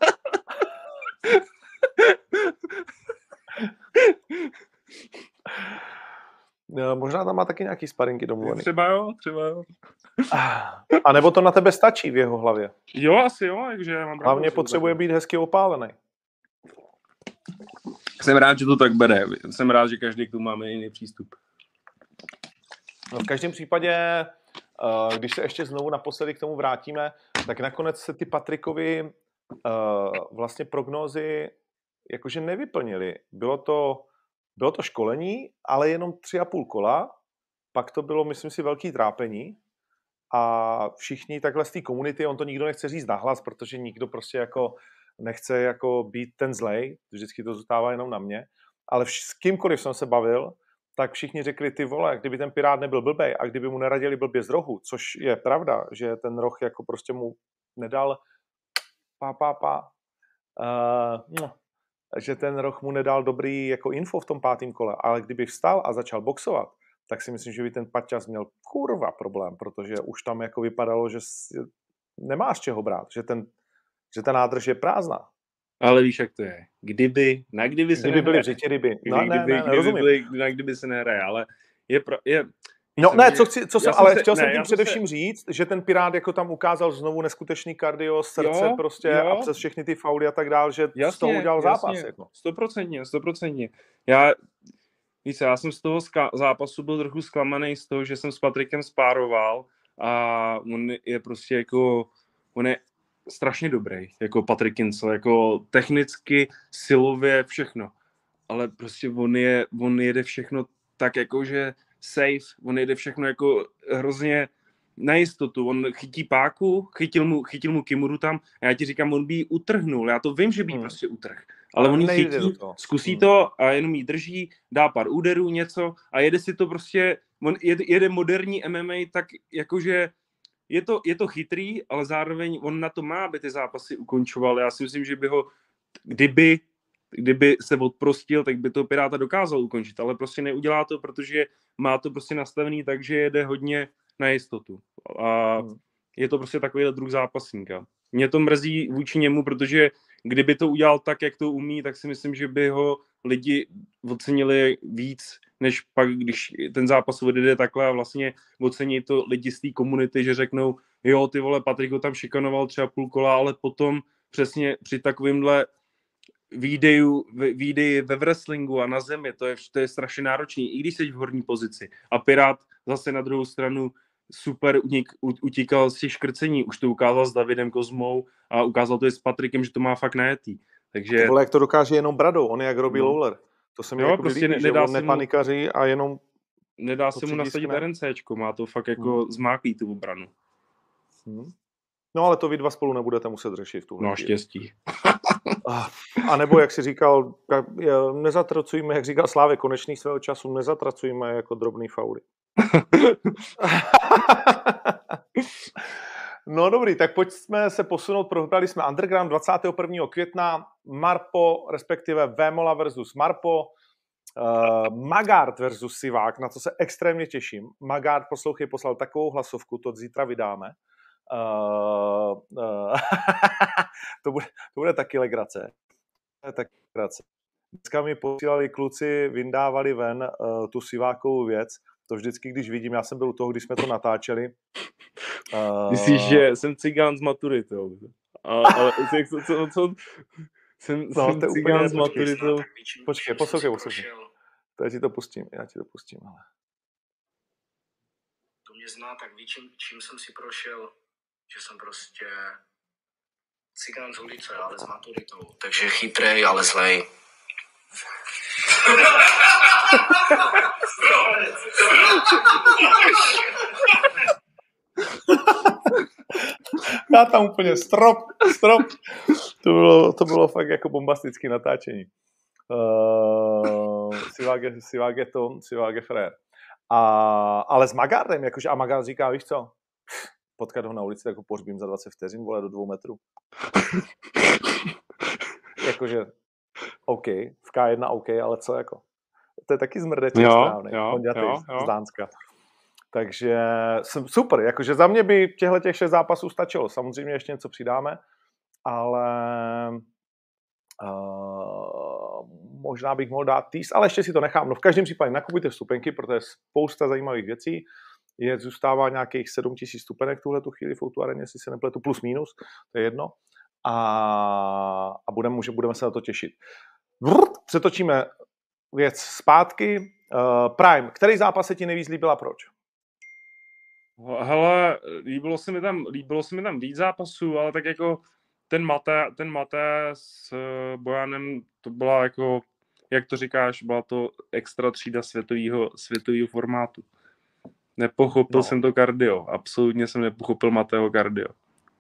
[SPEAKER 3] No, možná tam má taky nějaký sparinky domluvený.
[SPEAKER 4] Třeba jo, třeba jo.
[SPEAKER 3] A nebo to na tebe stačí v jeho hlavě?
[SPEAKER 4] Jo, asi jo. Takže já mám
[SPEAKER 3] hlavně potřebuje být hezky opálený.
[SPEAKER 4] Jsem rád, že to tak bere. Jsem rád, že každý k tomu máme jiný přístup.
[SPEAKER 3] No, v každém případě, když se ještě znovu naposledy k tomu vrátíme, tak nakonec se ty Patrikovi vlastně prognózy jakože nevyplnily. Bylo to Bylo to školení, ale jenom tři a půl kola, pak to bylo, myslím si, velký trápení a všichni takhle z té komunity, on to nikdo nechce říct nahlas, protože nikdo prostě jako nechce jako být ten zlej, vždycky to zůstává jenom na mě, ale vš- s kýmkoliv jsem se bavil, tak všichni řekli, ty vole, kdyby ten pirát nebyl blbej a kdyby mu neradili blbě z rohu, což je pravda, že ten roh jako prostě mu nedal pá, pá, pá, uh, že ten roh mu nedal dobrý jako info v tom pátém kole, ale kdyby vstal a začal boxovat, tak si myslím, že by ten Paťas měl kurva problém, protože už tam jako vypadalo, že nemá z čeho brát, že ten, že ta nádrž je prázdná.
[SPEAKER 4] Ale víš, jak to je. Kdyby, na kdyby se
[SPEAKER 3] kdyby byly v řitě ryby. No,
[SPEAKER 4] kdyby,
[SPEAKER 3] ne, ne,
[SPEAKER 4] kdyby
[SPEAKER 3] rozumím.
[SPEAKER 4] byly, na kdyby se nehraje, ale je, pro, je
[SPEAKER 3] No ne, co, chci, co jsem,
[SPEAKER 4] jsem
[SPEAKER 3] ale
[SPEAKER 4] se,
[SPEAKER 3] chtěl
[SPEAKER 4] ne,
[SPEAKER 3] jsem tím především
[SPEAKER 4] se...
[SPEAKER 3] říct, že ten Pirát jako tam ukázal znovu neskutečný kardio, srdce
[SPEAKER 4] jo,
[SPEAKER 3] prostě
[SPEAKER 4] jo.
[SPEAKER 3] a přes všechny ty fauly a tak dál, že
[SPEAKER 4] jasně,
[SPEAKER 3] z toho udělal zápas.
[SPEAKER 4] Jasně,
[SPEAKER 3] jako.
[SPEAKER 4] stoprocentně, stoprocentně. Já, víš, já jsem z toho ska- zápasu byl trochu zklamaný z toho, že jsem s Patrikem spároval a on je prostě jako, on je strašně dobrý, jako Patrik Kincel, jako technicky, silově, všechno. Ale prostě on, je, on jede všechno tak jako, že safe, on jede všechno jako hrozně na jistotu. On chytí páku, chytil mu, chytil mu Kimuru tam a já ti říkám, on by ji utrhnul. Já to vím, že by ji hmm. prostě utrh. Ale on ji chytí, zkusí hmm. to a jenom ji drží, dá pár úderů, něco a jede si to prostě, on jede, jede moderní M M A tak jakože je to, je to chytrý, ale zároveň on na to má, aby ty zápasy ukončoval. Já si myslím, že by ho, kdyby kdyby se odprostil, tak by to Piráta dokázal ukončit, ale prostě neudělá to, protože má to prostě nastavený tak, že jede hodně na jistotu. A je to prostě takový druh zápasníka. Mě to mrzí vůči němu, protože kdyby to udělal tak, jak to umí, tak si myslím, že by ho lidi ocenili víc, než pak, když ten zápas odjede takhle a vlastně ocení to lidi z té komunity, že řeknou, jo, ty vole, Patrik ho tam šikanoval třeba půl kola, ale potom přesně při takovýmhle výdeju, výdeji ve wrestlingu a na zemi, to je, to je strašně náročný, i když jsi v horní pozici. A Pirát zase na druhou stranu super unik, utíkal z těch škrcení, už to ukázal s Davidem Kozmou a ukázal to i s Patrikem, že to má fakt najetý. Takže...
[SPEAKER 3] To vole, jak to dokáže jenom bradou, on je jak Robbie no. Lawler. To se mi jo, jako prostě líbí, že on nepanikaří a jenom...
[SPEAKER 4] Nedá se mu nasadit RNCčko, má to fakt jako hmm. zmáklý tu obranu.
[SPEAKER 3] Hmm. No ale to vy dva spolu nebudete muset řešit. Tu
[SPEAKER 4] no štěstí.
[SPEAKER 3] A nebo, jak si říkal, nezatracujme, jak říkal Slávě Konečný svého času, nezatracujme jako drobný fauly. No dobrý, tak pojďme se posunout, prohrali jsme Underground dvacátého prvního května, Marpo, respektive Vémola versus Marpo, uh, Magard versus Sivák, na co se extrémně těším. Magard, poslouchej, poslal takovou hlasovku, to zítra vydáme. Uh, uh, to, bude, to bude taky legrace. Taky legrace. Dneska mi posílali kluci, vyndávali ven uh, tu Sivákovou věc. To vždycky, když vidím, já jsem byl u toho, když jsme to natáčeli. Uh...
[SPEAKER 4] Myslíš, že jsem cigán s maturitou. A, ale co, co, co, jsem,
[SPEAKER 3] no,
[SPEAKER 4] jsem cigán s maturitou.
[SPEAKER 3] Počkej, poslouchej, poslouchej. To já ti to pustím, já ti to pustím. Ale...
[SPEAKER 5] To mě zná, tak ví, čím, čím jsem si prošel, že jsem prostě cigán z ulice, ale s maturitou. Takže chytrej, ale zlej.
[SPEAKER 3] Já tam úplně strop, strop. To bylo, to bylo fakt jako bombastické natáčení. Uh, Sivák je, Sivák je to, Sivák je frér. A, ale s Magardem, jakože, a Magard říká, víš co, potkat ho na ulici, tak ho pohřbím za dvacet vteřin, vole, do dvou metrů. Jakože, OK, v K jedna OK, ale co jako? To je taky zmrdeček správný, z Dánska. Takže super, jakože za mě by těchto těch šest zápasů stačilo. Samozřejmě ještě něco přidáme, ale uh, možná bych mohl dát týs, ale ještě si to nechám. No v každém případě nakupujte vstupenky, protože je spousta zajímavých věcí. Je, zůstává nějakých sedm tisíc vstupenek v tuhle tu chvíli v O dva Areně, jestli se nepletu, plus minus, to je jedno. A, a budeme, budeme se na to těšit. Vrrt, přetočíme věc zpátky. Uh, Prime, který zápas se ti nejvíc líbil a proč?
[SPEAKER 4] Hele, líbilo se mi tam, líbilo se mi tam víc zápasů, ale tak jako ten Mate, ten Mate s Bojanem, to byla jako, jak to říkáš, byla to extra třída světového, světového formátu. Nepochopil no. jsem to kardio, absolutně jsem nepochopil Mateho kardio.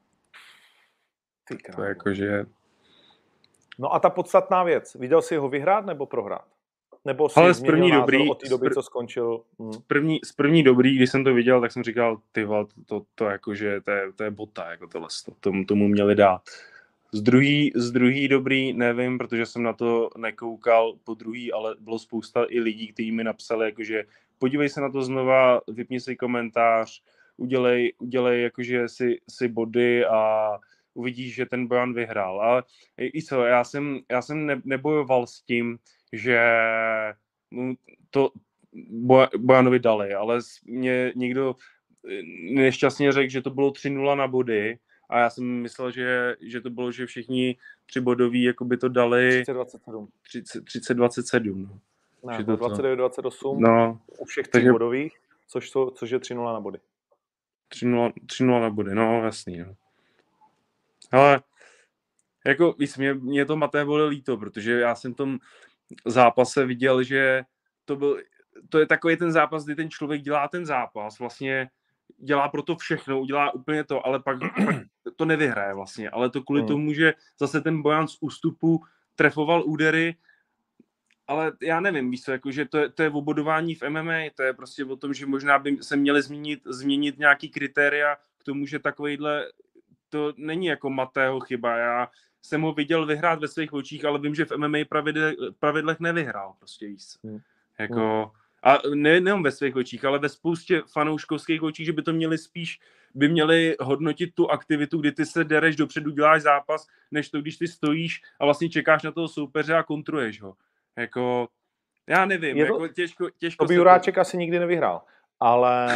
[SPEAKER 4] To je jakože...
[SPEAKER 3] No a ta podstatná věc, viděl jsi ho vyhrát nebo prohrát? Nebo si
[SPEAKER 4] ale z první dobrý,
[SPEAKER 3] od té doby, co skončil? Hmm.
[SPEAKER 4] Z, první, z první dobrý, když jsem to viděl, tak jsem říkal, ty vole, to, to, to, jakože, to, je, to je bota, jako tohle, to, tomu, tomu měli dát. Z druhý, z druhý dobrý, nevím, protože jsem na to nekoukal po druhý, ale bylo spousta i lidí, kteří mi napsali, jakože podívej se na to znova, vypni si komentář, udělej, udělej jakože si, si body a uvidíš, že ten Bojan vyhrál. Ale i co, já jsem, já jsem ne, nebojoval s tím, že to Bojanovi dali, ale mě někdo nešťastně řekl, že to bylo tři nula na body a já jsem myslel, že, že to bylo, že všichni tři bodoví jako by to dali
[SPEAKER 3] třicet dvacet sedm.
[SPEAKER 4] třicet dvacet sedm.
[SPEAKER 3] Ne, to dvacet devět dvacet osm
[SPEAKER 4] no,
[SPEAKER 3] u všech tří bodových, což, to, což je tři nula na body.
[SPEAKER 4] tři nula na body, no jasný. No. Ale jako víš, mě, mě to Maté bylo líto, protože já jsem v tom zápase viděl, že to byl, to je takový ten zápas, kdy ten člověk dělá ten zápas, vlastně dělá pro to všechno, udělá úplně to, ale pak, pak to nevyhraje vlastně, ale to kvůli hmm. tomu, že zase ten Bojan z ústupu trefoval údery, ale já nevím, víš co, jako, že to je, to je obodování v M M A, to je prostě o tom, že možná by se měli změnit, změnit nějaký kritéria k tomu, že takovejhle, to není jako Matého chyba, já jsem ho viděl vyhrát ve svých očích, ale vím, že v M M A pravidle, pravidlech nevyhrál prostě víc. Hmm. Jako, a ne, nejen ve svých očích, ale ve spoustě fanouškovských očích, že by to měli spíš, by měli hodnotit tu aktivitu, kdy ty se dereš dopředu, děláš zápas, než to, když ty stojíš a vlastně čekáš na toho soupeře a kontruješ ho. Jako, já nevím, to, jako těžko, těžko
[SPEAKER 3] to by Juráček to... asi nikdy nevyhrál, ale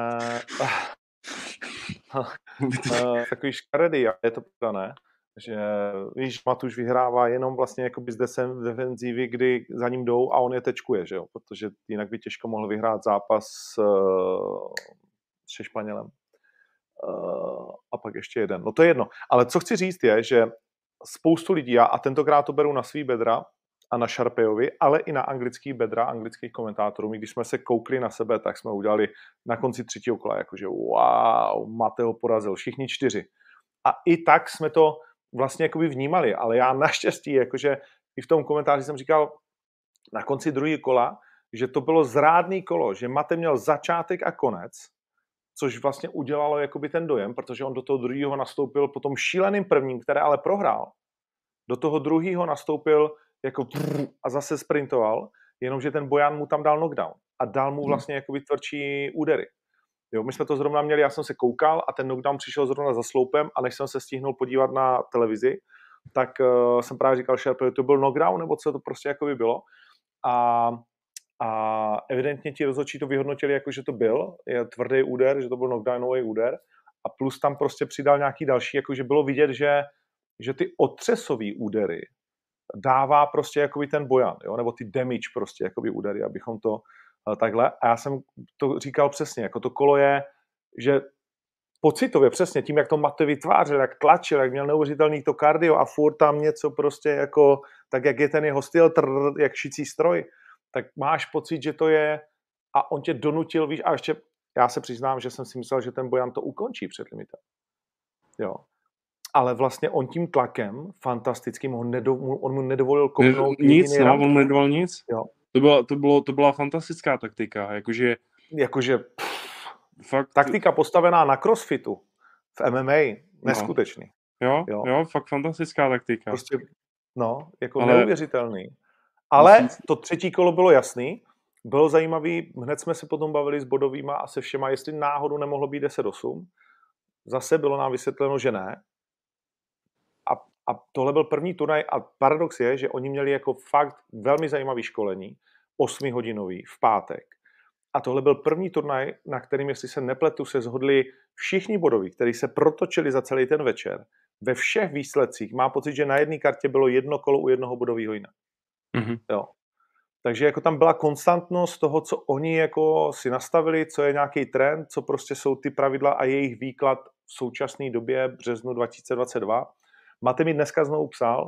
[SPEAKER 3] takový škaredý, je to pravda, ne? Že víš, Matuš vyhrává jenom vlastně jakoby z defenzívy, kdy za ním jdou a on je tečkuje, že jo? Protože jinak by těžko mohl vyhrát zápas uh, se Španělem. Uh, a pak ještě jeden. No to je jedno. Ale co chci říct je, že spoustu lidí, a tentokrát to beru na svý bedra a na Sharpeyovi, ale i na anglický bedra anglických komentátorů. My když jsme se koukli na sebe, tak jsme udělali na konci třetího kola, jakože wow, Mateo porazil, všichni čtyři. A i tak jsme to vlastně jakoby vnímali, ale já naštěstí, jakože i v tom komentáři jsem říkal na konci druhého kola, že to bylo zrádný kolo, že Mate měl začátek a konec, což vlastně udělalo jakoby ten dojem, protože on do toho druhého nastoupil po tom šíleným prvním, které ale prohrál. Do toho druhého nastoupil jako a zase sprintoval, jenomže ten Bojan mu tam dal knockdown a dal mu vlastně jakoby tvrdší údery. Jo, my jsme to zrovna měli, já jsem se koukal a ten knockdown přišel zrovna za sloupem a než jsem se stihnul podívat na televizi, tak uh, jsem právě říkal Sharpe, to byl knockdown, nebo co to prostě jako by bylo. A, a evidentně ti rozhodčí to vyhodnotili jako, že to byl je tvrdý úder, že to byl knockdownový úder a plus tam prostě přidal nějaký další, jako že bylo vidět, že, že ty otřesový údery dává prostě jakoby ten Bojan, jo, nebo ty damage prostě jakoby údery, abychom to takhle. A já jsem to říkal přesně, jako to kolo je, že pocitově přesně tím, jak to Mate vytvářel, jak tlačil, jak měl neuvěřitelný to kardio a furt tam něco prostě jako, tak jak je ten jeho styl, trrr, jak šicí stroj, tak máš pocit, že to je a on tě donutil, víš, a ještě já se přiznám, že jsem si myslel, že ten Bojan to ukončí před limitem. Jo. Ale vlastně on tím tlakem fantastickým, ho nedo, on mu nedovolil kopnout.
[SPEAKER 4] Nic, no, on mu nedovolil nic.
[SPEAKER 3] Jo.
[SPEAKER 4] To byla, to, bylo, to byla fantastická taktika, jakože...
[SPEAKER 3] Jakože fakt... Taktika postavená na crossfitu v M M A, neskutečný.
[SPEAKER 4] Jo, jo, jo fakt fantastická taktika.
[SPEAKER 3] Prostě, no, jako ale... neuvěřitelný. Ale to třetí kolo bylo jasný, bylo zajímavý, hned jsme se potom bavili s bodovýma a se všema, jestli náhodou nemohlo být deset osm. Zase bylo nám vysvětleno, že ne. A, a tohle byl první turnaj a paradox je, že oni měli jako fakt velmi zajímavý školení, osmihodinový v pátek. A tohle byl první turnaj, na kterým, jestli se nepletu, se shodli všichni bodoví, kteří se protočili za celý ten večer. Ve všech výsledcích má pocit, že na jedné kartě bylo jedno kolo u jednoho bodového jinak. Mm-hmm. Jo. Takže jako tam byla konstantnost toho, co oni jako si nastavili, co je nějaký trend, co prostě jsou ty pravidla a jejich výklad v současné době březnu dva tisíce dvacet dva. Mate mi dneska znovu psal,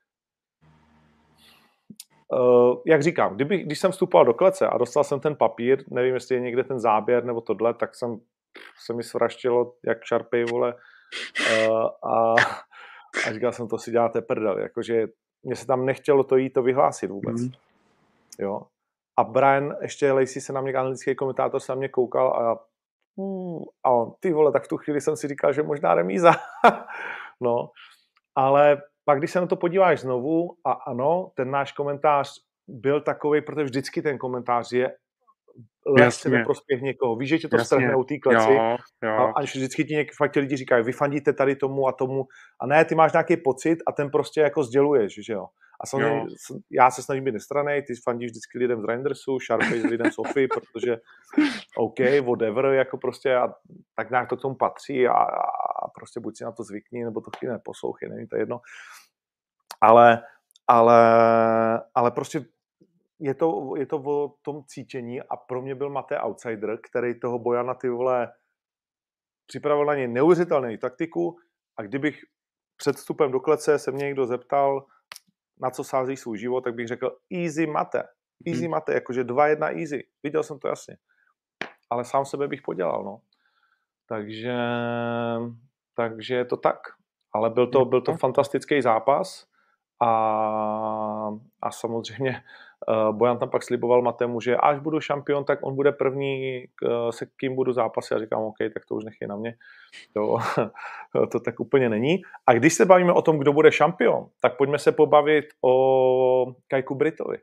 [SPEAKER 3] uh, jak říkám, kdyby, když jsem vstupoval do klece a dostal jsem ten papír, nevím, jestli je někde ten záběr nebo tohle, tak jsem se mi svraštilo jak Sharpey, vole, uh, a, a říkal jsem, to si děláte prdel, jakože mně se tam nechtělo to jít to vyhlásit vůbec. Mm. Jo. A Brian, ještě Lacey se na mě, anglický komentátor, se na mě koukal a, mm, a on, ty vole, tak v tu chvíli jsem si říkal, že možná remíza. No, ale pak, když se na to podíváš znovu, a ano, ten náš komentář byl takový, protože vždycky ten komentář je lehce ve prospěch někoho. Víš, že tě to strhne u té kleci.
[SPEAKER 4] Jo, jo.
[SPEAKER 3] A až vždycky ti něk, fakt ti lidi říkají, vy fandíte tady tomu a tomu. A ne, ty máš nějaký pocit a ten prostě jako sděluješ, že jo. A samozřejmě jo. Já se snažím být nestranej, ty fandíš vždycky lidem z Randersu, Sharpey s lidem z Ofy, protože OK, whatever, jako prostě a tak nějak to k tomu patří a, a prostě buď si na to zvykni, nebo to chvíli neposlouchej, nevím, to je jedno. Ale, ale, ale prostě je to, je to o tom cítění a pro mě byl Mate outsider, který toho Bojana, ty vole, připravil na něj neuvěřitelnou taktiku a kdybych před vstupem do klece se mě někdo zeptal, na co sází svůj život, tak bych řekl easy Mate. Easy hmm. Mate, jakože dva jedna easy. Viděl jsem to jasně. Ale sám sebe bych podělal, no. Takže, takže je to tak. Ale byl to, byl to fantastický zápas a, a samozřejmě Bojan tam pak sliboval Matemu, že až budu šampion, tak on bude první, se kým budu zápasit. Já říkám, OK, tak to už nechej na mě. To, to tak úplně není. A když se bavíme o tom, kdo bude šampion, tak pojďme se pobavit o Kajku Britovi.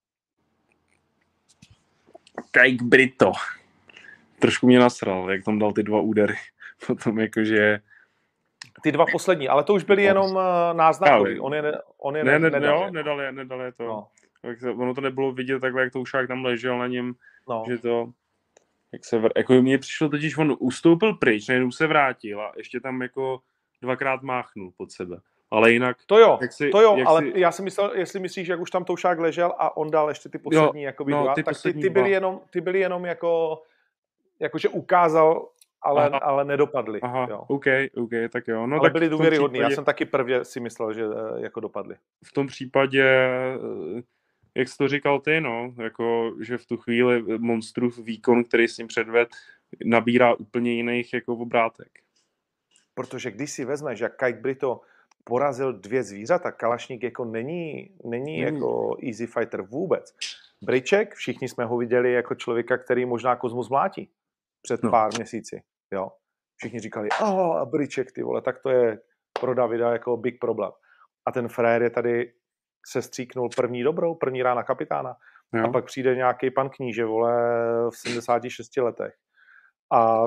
[SPEAKER 4] Kajk Brito. Trošku mě nasral, jak tam dal ty dva údery. Potom jakože...
[SPEAKER 3] Ty dva poslední, ale to už byly jenom náznakový. On je, on je
[SPEAKER 4] ne, ne,
[SPEAKER 3] nedal.
[SPEAKER 4] Jo, nedal je, nedal je to.
[SPEAKER 3] No.
[SPEAKER 4] Ono to nebylo vidět takhle, jak Toušák tam ležel na něm,
[SPEAKER 3] no.
[SPEAKER 4] že to... Jak se vr... Jako mně přišlo totiž, on ustoupil pryč, nejenom se vrátil a ještě tam jako dvakrát máchnul pod sebe. Ale jinak...
[SPEAKER 3] To jo,
[SPEAKER 4] jak si,
[SPEAKER 3] to jo,
[SPEAKER 4] jak
[SPEAKER 3] ale
[SPEAKER 4] si...
[SPEAKER 3] já si myslel, jestli myslíš, jak už tam Toušák ležel a on dal ještě ty poslední
[SPEAKER 4] jo,
[SPEAKER 3] jakoby
[SPEAKER 4] no,
[SPEAKER 3] dva,
[SPEAKER 4] ty
[SPEAKER 3] tak ty, ty,
[SPEAKER 4] dva.
[SPEAKER 3] byly jenom, ty byly jenom jako, jakože ukázal, ale, ale nedopadly.
[SPEAKER 4] Aha,
[SPEAKER 3] jo.
[SPEAKER 4] OK, OK, tak jo. No,
[SPEAKER 3] ale
[SPEAKER 4] tak
[SPEAKER 3] byly důvěryhodný,
[SPEAKER 4] případě...
[SPEAKER 3] já jsem taky prvně si myslel, že jako dopadly.
[SPEAKER 4] V tom případě, jak jsi to říkal ty, no, jako, že v tu chvíli monstrův výkon, který s ním předved, nabírá úplně jiných jako obrátek.
[SPEAKER 3] Protože když si vezmeš, jak Kajk Brito porazil dvě zvířata, Kalašník jako není, není mm. jako easy fighter vůbec. Briček, všichni jsme ho viděli jako člověka, který možná Kozmus mlátí před no. pár měsíci. Jo. Všichni říkali, oh, a Briček, ty vole, tak to je pro Davida jako big problém. A ten frér je tady se stříknul první dobrou, první rána kapitána. Jo. A pak přijde nějaký pan Kníže, vole, v sedmdesáti šesti letech. A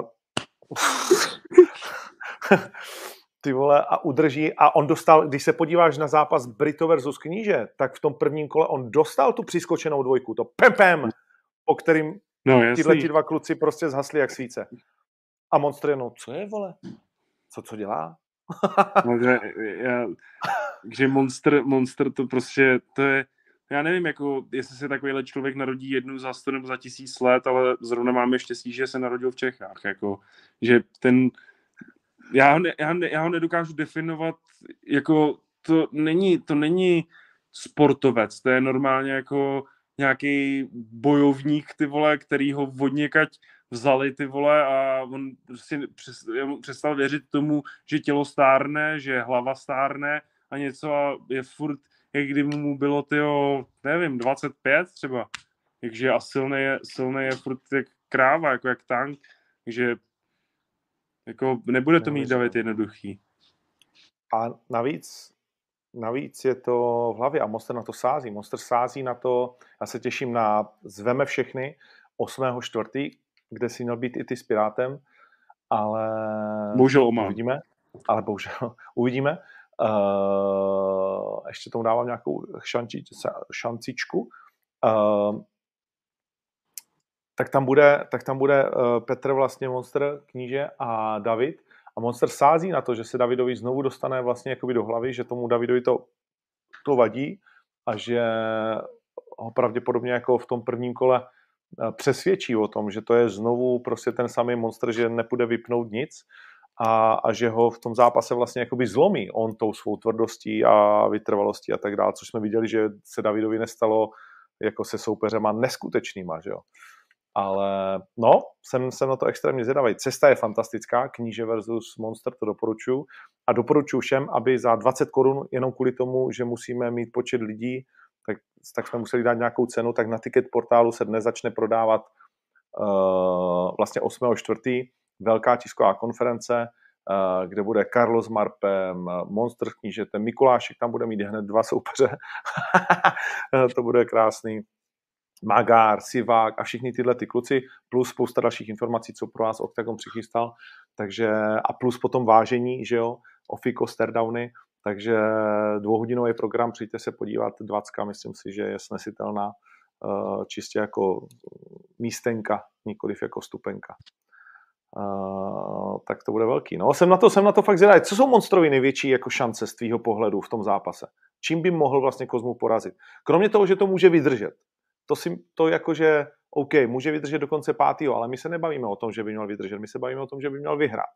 [SPEAKER 3] ty vole, a udrží, a on dostal, když se podíváš na zápas Brito versus Kníže, tak v tom prvním kole on dostal tu přiskočenou dvojku, to pem pem, po kterým
[SPEAKER 4] no,
[SPEAKER 3] tyhle ti dva kluci prostě zhasli jak svíce. A Monster jenom, co je, vole? Co, co dělá?
[SPEAKER 4] no, že, já, že monster, monster to prostě, to je, já nevím, jako, jestli se takovýhle člověk narodí jednou za sto nebo za tisíc let, ale zrovna máme štěstí, že se narodil v Čechách, jako, že ten, já ho, ne, já, ne, já ho nedokážu definovat, jako, to není, to není sportovec, to je normálně jako nějaký bojovník, ty vole, který ho odněkať vzali, ty vole, a on si přestal věřit tomu, že tělo stárne, že hlava stárne a něco a je furt, jak kdyby mu bylo, tyjo, nevím, dvacet pět třeba, takže a silný je, silný je furt jak kráva, jako jak tank, takže jako nebude to mít David jednoduchý.
[SPEAKER 3] A navíc, navíc je to v hlavě a Monster na to sází. Monster sází na to, já se těším na zveme všechny osmého čtvrtého kde si měl být i ty s Pirátem, ale
[SPEAKER 4] bohužel omám.
[SPEAKER 3] Uvidíme, ale bohužel uvidíme. Uh, ještě tomu dávám nějakou šanči, šancičku. Uh, tak tam bude, tak tam bude uh, Petr vlastně, Monster, Kníže a David. A Monster sází na to, že se Davidovi znovu dostane vlastně jakoby do hlavy, že tomu Davidovi to, to vadí a že ho pravděpodobně jako v tom prvním kole přesvědčí o tom, že to je znovu prostě ten samý Monster, že nepůjde vypnout nic a, a že ho v tom zápase vlastně jakoby zlomí on tou svou tvrdostí a vytrvalostí a tak dále, což jsme viděli, že se Davidovi nestalo jako se soupeřema neskutečnýma, že jo. Ale no, jsem, jsem na to extrémně zvědavý. Cesta je fantastická, Kníže versus Monster, to doporučuji. A doporučuji všem, aby za dvacet korun, jenom kvůli tomu, že musíme mít počet lidí, tak, tak jsme museli dát nějakou cenu, tak na ticket portálu se dnes začne prodávat uh, vlastně osmého čtvrtého velká tisková konference, uh, kde bude Karlo s Marpem, Monster Knížete, Mikulášek tam bude mít hned dva soupeře. To bude krásný. Magár, Sivák a všichni tyhle ty kluci, plus spousta dalších informací, co pro vás Octagon přichystal, takže a plus potom vážení, že jo, Ofiko, Stardowny, takže dvouhodinový program, přijďte se podívat, dvacka, myslím si, že je snesitelná, uh, čistě jako místenka, nikoliv jako stupenka. Uh, tak to bude velký. No, jsem na to, jsem na to fakt zvědavý. Co jsou Monstrovi největší jako šance z tvýho pohledu v tom zápase? Čím by mohl vlastně Kozmu porazit? Kromě toho, že to může vydržet. To si to jakože, OK, může vydržet do konce pátého, ale my se nebavíme o tom, že by měl vydržet, my se bavíme o tom, že by měl vyhrát.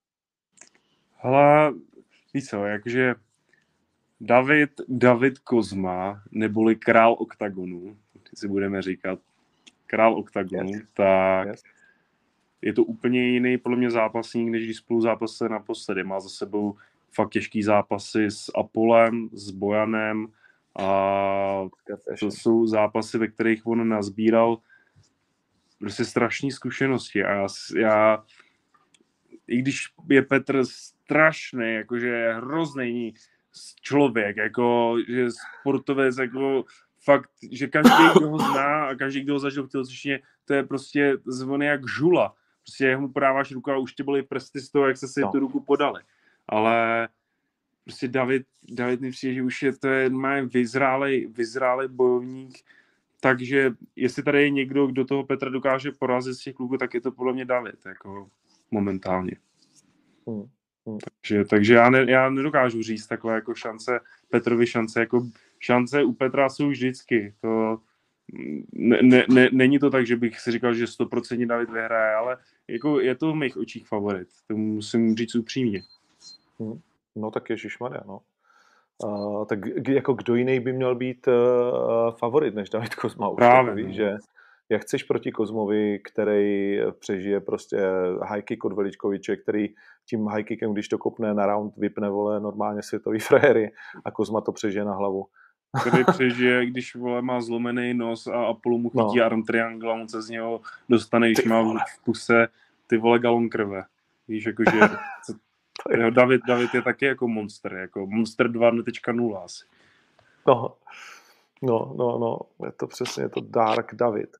[SPEAKER 4] Hele, víš co, jakože David, David Kozma, neboli král oktagonu, když si budeme říkat král oktagonu, yes. tak yes. je to úplně jiný podle mě zápasník, než když spolu zápasy naposledy. Má za sebou fakt těžký zápasy s Apolem, s Bojanem A to jsou zápasy, ve kterých on nazbíral prostě strašné zkušenosti. A já, já, i když je Petr strašný, jakože je hrozný člověk, jako, že je sportovec, jako fakt, že každý, kdo ho zná a každý, kdo ho zažil v tělocvičně, to je prostě zvony jak žula. Prostě jak mu podáváš ruku a už ty byly prsty z toho, jak se si no. tu ruku podali. Ale prostě David, David mi přijde, že už je to je vyzrálej, vyzrálej bojovník, takže jestli tady je někdo, kdo toho Petra dokáže porazit z těch kluků, tak je to podle mě David, jako momentálně. Hmm. Hmm. Takže, takže já, ne, já nedokážu říct takové jako šance, Petrovi šance, jako šance u Petra jsou vždycky. To ne, ne, ne, není to tak, že bych si říkal, že sto procent David vyhraje, ale jako je to v mých očích favorit. To musím říct upřímně.
[SPEAKER 3] Hmm. No tak ježišmarja, no. Uh, tak jako kdo jiný by měl být uh, favorit než David Kozma?
[SPEAKER 4] Právě.
[SPEAKER 3] Takový, že jak chceš proti Kozmovi, který přežije prostě high kick od Veličkoviče, který tím high kickem, když to kopne na round, vypne, vole, normálně světový frajery a Kozma to přežije na hlavu.
[SPEAKER 4] Který přežije, když, vole, má zlomený nos a Apollo mu chytí no. arm triangle a on se z něho dostane, když má v puse ty vole galon krve. Víš, jakože jo, David, David je taky jako monster, jako monster dva tečka nula asi.
[SPEAKER 3] No, no, no, no, je to přesně, je to Dark David.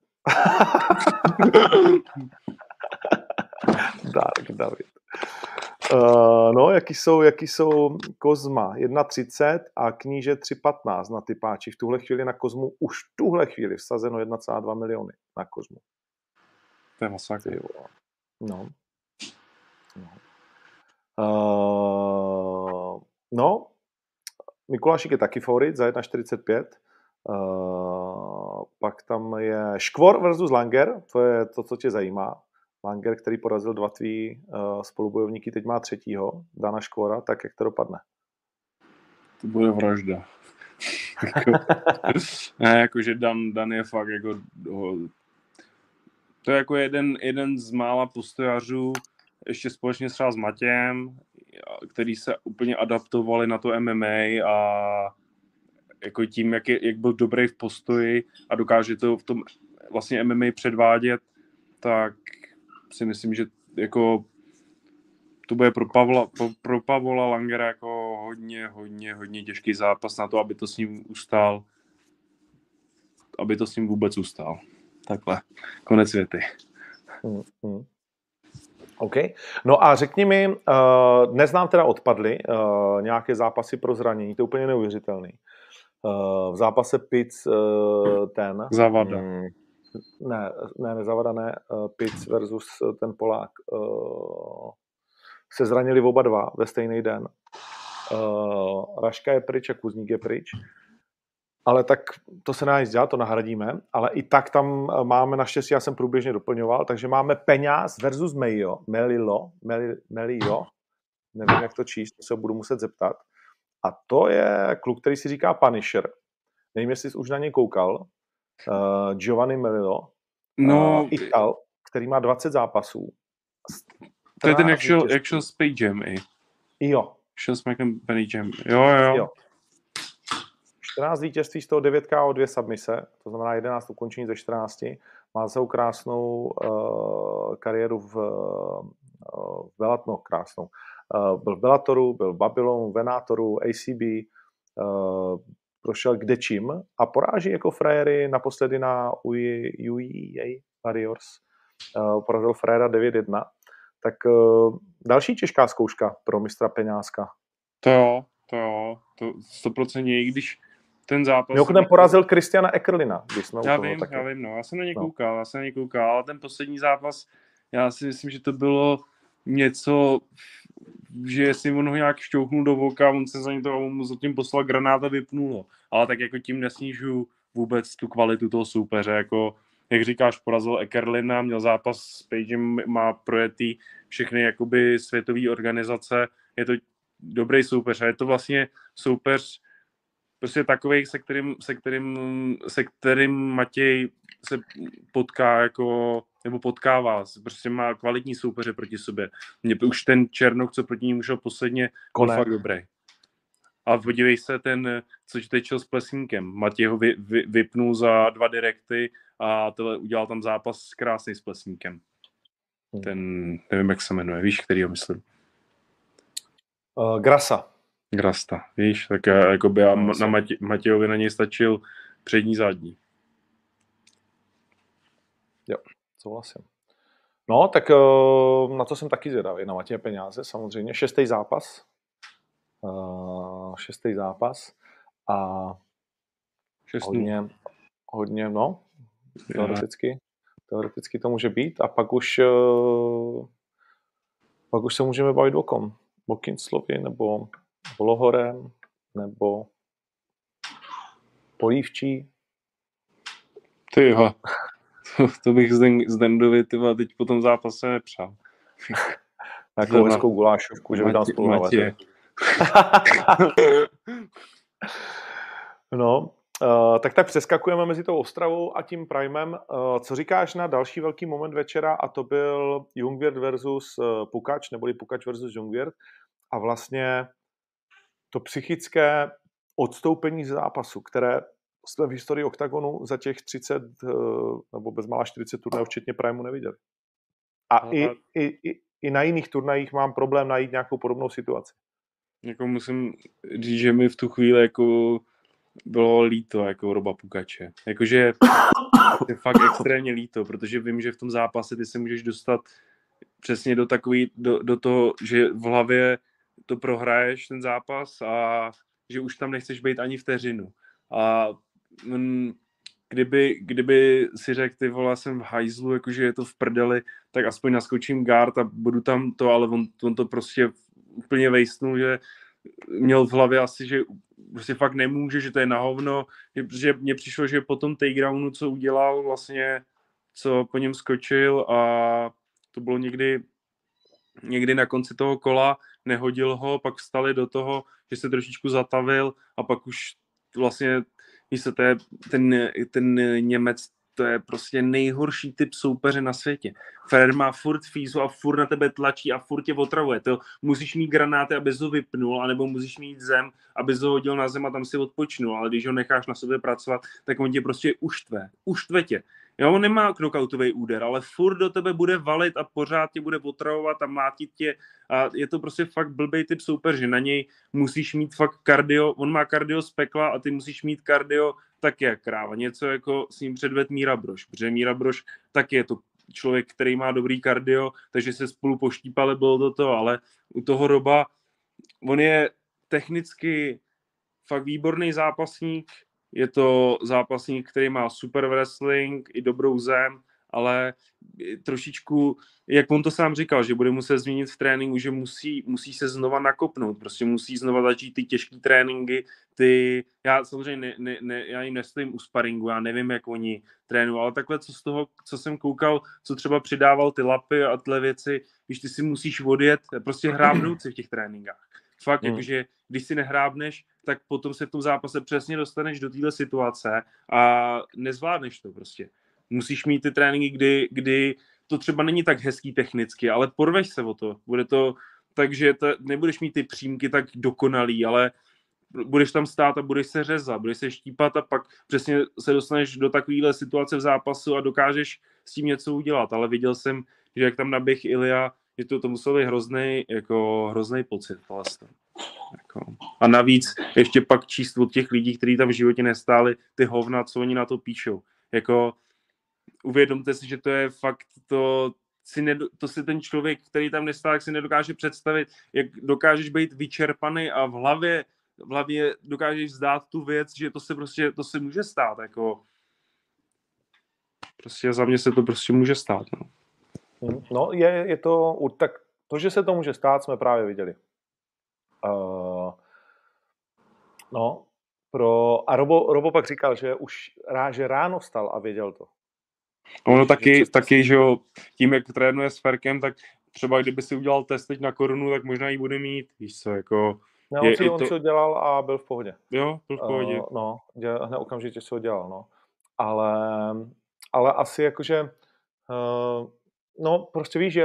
[SPEAKER 3] Dark David. Uh, no, jaký jsou, jaký jsou Kozma? jedna třicet a Kníže tři patnáct na typáči. V tuhle chvíli na Kozmu už v tuhle chvíli vsazeno jedna celá dva miliony na Kozmu.
[SPEAKER 4] To je masakr.
[SPEAKER 3] No. No. Uh, no, Mikulášik je taky favorit za jedna čtyřicet pět. Uh, pak tam je Škvor versus Langer, to je to, co tě zajímá. Langer, který porazil dva tvý uh, spolubojovníky, teď má třetího, Dana Škvora, tak jak to dopadne?
[SPEAKER 4] To bude vražda. Ne, jakože Dan, Dan je fakt jako... To je jako jeden, jeden z mála postojařů, ještě společně třeba s Matějem, který se úplně adaptovali na to M M A a jako tím, jak, je, jak byl dobrý v postoji a dokáže to v tom vlastně M M A předvádět, tak si myslím, že jako to bude pro Pavla, pro, pro Pavola Langera jako hodně, hodně, hodně těžký zápas na to, aby to s ním ustál, aby to s ním vůbec ustál. Takhle. Konec věty.
[SPEAKER 3] Hmm, hmm. OK. No a řekni mi, uh, dnes nám teda odpadly uh, nějaké zápasy pro zranění, to je úplně neuvěřitelný. Uh, v zápase Pitts uh, ten...
[SPEAKER 4] Zavada.
[SPEAKER 3] Mm, ne, ne, ne Zavada, ne. Uh, Pitts versus ten Polák. Uh, se zranili oba dva ve stejný den. Uh, Raška je pryč a Kuzník je pryč. Ale tak to se nedá nic dělat, to nahradíme. Ale i tak tam máme, naštěstí, já jsem průběžně doplňoval, takže máme Peňáz versus Melio. Melilo. Melio. Nevím, jak to číst, to se budu muset zeptat. A to je kluk, který si říká Punisher. Nevím, jestli jsi už na něj koukal. Uh, Giovanni Melillo.
[SPEAKER 4] No,
[SPEAKER 3] uh, Ital, který má dvacet zápasů.
[SPEAKER 4] To je ten, jak šel, jak šel s Pagem, i.
[SPEAKER 3] Jo.
[SPEAKER 4] Šel s Mikem Penigem. Jo, jo. jo.
[SPEAKER 3] čtrnáct vítězství, z toho devět ká ó, dvě submise, to znamená jedenáct ukončení ze čtrnácti. Má za sebou krásnou uh, kariéru v, uh, v Bellator, no, krásnou. Uh, byl v Bellatoru, byl v Babylonu, Venátoru, A C B, uh, prošel kdečím a poráží jako frajery naposledy na U E A Warriors. Uh, porazil frajera devět jedna. Tak uh, další těžká zkouška pro mistra Peňázka.
[SPEAKER 4] To jo, to jo, to sto procent je, i když ten zápas...
[SPEAKER 3] Mimochodem porazil Christiana Eckerlina.
[SPEAKER 4] Já vím, taky. já vím, no, já jsem na ně koukal, no. já jsem na ně koukal, ale ten poslední zápas, já si myslím, že to bylo něco, že si on ho nějak šťouchnul do voka, on se za ně to, on mu zatím poslal granát a vypnulo. Ale tak jako tím nesnížu vůbec tu kvalitu toho soupeře, jako jak říkáš, porazil Eckerlina, měl zápas s Pagem, má projetý všechny jakoby světové organizace, je to dobrý soupeř a je to vlastně soupeř prostě takovej, se kterým, se kterým, se kterým Matěj se potká jako, nebo potkává, prostě má kvalitní soupeře proti sobě. Mě už ten Černok, co proti němu šel posledně, byl fakt dobrý. A podívej se, ten, co teď šel s Plesníkem. Matěj ho vy, vy, vypnul za dva direkty a tohle udělal tam zápas krásný s Plesníkem. Ten, nevím, jak se jmenuje, víš, který ho myslím?
[SPEAKER 3] Uh, Grasa.
[SPEAKER 4] Grasta, víš, tak já, jakoby já na Matě, Matějovi na něj stačil přední zadní.
[SPEAKER 3] Jo, souhlasím. No, tak uh, na to jsem taky zvědavý, na Matěje Peňáze, samozřejmě. Šestý zápas. Uh, šestý zápas. A
[SPEAKER 4] Šestný.
[SPEAKER 3] hodně, hodně, no, teoreticky, teoreticky to může být. A pak už, uh, pak už se můžeme bavit o kom. O Kinclovi, nebo Lohorem, nebo Polívčí.
[SPEAKER 4] Ty jo, to, to bych Zdendovi tyva teď po tom zápase nepřál.
[SPEAKER 3] Nějakou hezkou gulášovku, že by tam spolu navazili. No, uh, tak tak přeskakujeme mezi tou Ostravou a tím Primem. Uh, co říkáš na další velký moment večera, a to byl Jungwirth versus uh, Pukač, neboli Pukač versus Jungwirth. A vlastně to psychické odstoupení z zápasu, které jsme v historii OKTAGONu za těch třicet nebo bezmála čtyřicet turnajů včetně Primeu neviděli. A no, i, i, i, i na jiných turnajích mám problém najít nějakou podobnou situaci.
[SPEAKER 4] Jako musím říct, že mi v tu chvíli jako bylo líto jako Roba Pukače. Jakože je fakt extrémně líto, protože vím, že v tom zápase ty se můžeš dostat přesně do takový, do, do toho, že v hlavě to prohraješ ten zápas a že už tam nechceš být ani vteřinu. A m, kdyby, kdyby si řekl, ty vole, jsem v hajzlu, jakože je to v prdeli, tak aspoň naskočím guard a budu tam to, ale on, on to prostě úplně vejstnul, že měl v hlavě asi, že prostě fakt nemůže, že to je na hovno, že mně přišlo, že po tom takedownu, co udělal vlastně, co po něm skočil a to bylo někdy někdy na konci toho kola, nehodil ho, pak vstali do toho, že se trošičku zatavil a pak už vlastně, víš co, to je ten, ten Němec, to je prostě nejhorší typ soupeře na světě. Federer má furt fízu a furt na tebe tlačí a furt tě otravuje. To musíš mít granáty, aby ho vypnul, anebo musíš mít zem, aby ho hodil na zem a tam si odpočnul, ale když ho necháš na sobě pracovat, tak on tě prostě uštve. Uštve tě. Jo, on nemá knockoutový úder, ale furt do tebe bude valit a pořád tě bude otravovat a mlátit tě. A je to prostě fakt blbej typ soupeř, že na něj musíš mít fakt kardio. On má kardio z pekla a ty musíš mít kardio tak jak kráva. Něco jako s ním předved Míra Brož, protože Míra Brož taky je to člověk, který má dobrý kardio, takže se spolu poštípali, bylo to to, ale u toho Roba, on je technicky fakt výborný zápasník, je to zápasník, který má super wrestling i dobrou zem, ale trošičku, jak on to sám říkal, že bude muset změnit v tréninku, že musí, musí se znova nakopnout, prostě musí znova začít ty těžké tréninky, ty, já samozřejmě ne, ne, ne, já jim nestojím u sparingu, já nevím, jak oni trénují, ale takhle, co z toho, co jsem koukal, co třeba přidával ty lapy a tyhle věci, když ty si musíš odjet, prostě hrábnout si v těch tréninkách. Fakt, mm. jakože když si nehrábneš, tak potom se v tom zápase přesně dostaneš do téhle situace a nezvládneš to prostě. Musíš mít ty tréninky, kdy, kdy to třeba není tak hezký technicky, ale porveš se o to. Bude to tak, že to, nebudeš mít ty přímky tak dokonalý, ale budeš tam stát a budeš se řezat, budeš se štípat a pak přesně se dostaneš do takovéhle situace v zápasu a dokážeš s tím něco udělat. Ale viděl jsem, že jak tam naběh Ilja, že to, to musel být hrozný, jako hrozný pocit. Vlastně. Jako. A navíc ještě pak číst od těch lidí, kteří tam v životě nestáli, ty hovna, co oni na to píšou. Jako uvědomte si, že to je fakt to, si nedo, to si ten člověk, který tam nestál, jak si nedokáže představit, jak dokážeš být vyčerpaný a v hlavě, v hlavě dokážeš vzdát tu věc, že to se prostě, to se může stát, jako prostě za mě se to prostě může stát, no.
[SPEAKER 3] No, je, je to, tak to, že se to může stát, jsme právě viděli. Uh, no, pro, a Robo, Robo pak říkal, že už rá, že ráno vstal a věděl to.
[SPEAKER 4] Ono taky, taky, že jo, tím, jak trénuje s Ferkem, tak třeba kdyby si udělal test teď na korunu, tak možná ji bude mít, víš co, jako...
[SPEAKER 3] Ne, on, je, si, on to... si ho dělal a byl v pohodě.
[SPEAKER 4] Jo, byl v pohodě.
[SPEAKER 3] Uh, no, děl, hned okamžitě si ho dělal, no. Ale, ale asi jakože, uh, no, prostě víš, že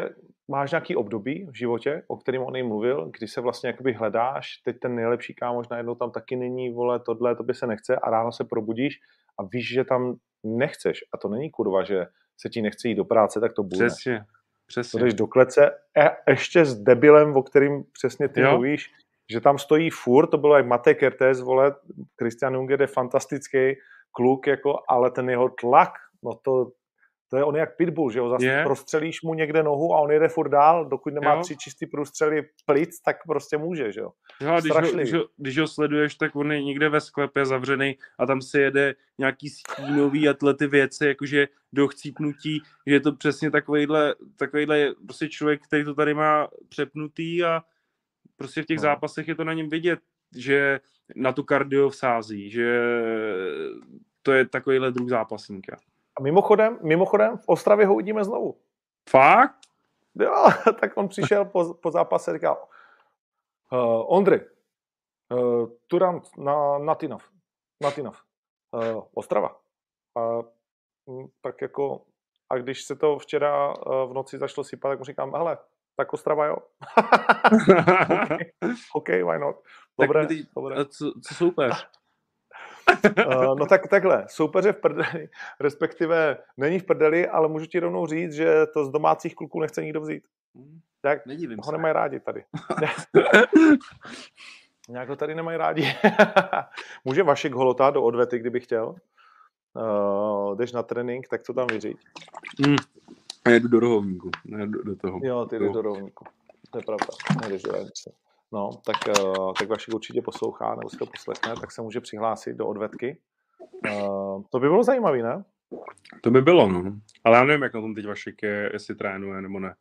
[SPEAKER 3] máš nějaký období v životě, o kterém on jim mluvil, kdy se vlastně jakoby hledáš, teď ten nejlepší kámoš najednou tam taky není, vole, tohle, to by se nechce a ráno se probudíš a víš, že tam nechceš. A to není kurva, že se ti nechce jít do práce, tak to bude.
[SPEAKER 4] Přesně, přesně.
[SPEAKER 3] To jdeš do klece a ještě s debilem, o kterým přesně ty
[SPEAKER 4] Jo.
[SPEAKER 3] mluvíš, že tam stojí furt, to bylo jak Mate Kertész, vole, Christian Junger je fantastický kluk, jako, ale ten jeho tlak, no to, to je on jak pitbull, že jo, zase
[SPEAKER 4] Je.
[SPEAKER 3] prostřelíš mu někde nohu a on jede furt dál, dokud nemá
[SPEAKER 4] Jo.
[SPEAKER 3] tři čistý průstřely plic, tak prostě může, že jo.
[SPEAKER 4] Jo, a když, ho,
[SPEAKER 3] Strašlivý.
[SPEAKER 4] když, ho, když ho sleduješ, tak on je někde ve sklepě zavřený a tam si jede nějaký stínový a tyhle ty věci, jakože do chcípnutí, že je to přesně takovejhle, takovejhle prostě člověk, který to tady má přepnutý a prostě v těch
[SPEAKER 3] No.
[SPEAKER 4] zápasech je to na něm vidět, že na tu kardio vsází, že to je takovýhle druh zápasníka.
[SPEAKER 3] A mimochodem, mimochodem v Ostravě ho uvidíme znovu.
[SPEAKER 4] Fakt?
[SPEAKER 3] Jo, tak on přišel po, po zápase a říkal uh, Ondry, uh, Turant na Natinov, Natinov, uh, Ostrava. Uh, tak jako, a když se to včera uh, v noci začalo sypat, tak mu říkám, hele, tak Ostrava jo. okay. OK, why not? Dobré,
[SPEAKER 4] tak ty,
[SPEAKER 3] dobré.
[SPEAKER 4] Co, co soupeř?
[SPEAKER 3] Uh, no tak takhle, soupeře v prdeli, respektive není v prdeli, ale můžu ti rovnou říct, že to z domácích kluků nechce nikdo vzít. Tak
[SPEAKER 4] Nedivím
[SPEAKER 3] ho
[SPEAKER 4] se.
[SPEAKER 3] nemají rádi tady. Nějak ho tady nemají rádi. Může Vašek Holota do odvety, kdyby chtěl. Uh, jdeš na trénink, tak to tam vyříď.
[SPEAKER 4] Mm. A jedu do rohovníku, ne do, do toho.
[SPEAKER 3] Jo, ty jdeš do rovníku. To je pravda, nejdeš do radnice. No, tak, uh, tak Vašek určitě poslouchá, nebo si to poslechne, tak se může přihlásit do odvetky. Uh, to by bylo zajímavé, ne?
[SPEAKER 4] To by bylo, no. Ale já nevím, jak na tom teď Vašek je, jestli trénuje nebo ne.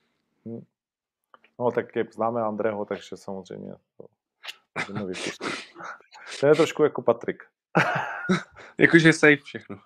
[SPEAKER 3] No, tak je, známe Andreho, takže samozřejmě to můžeme vypustit. To je trošku jako Patrik.
[SPEAKER 4] Jakože safe všechno.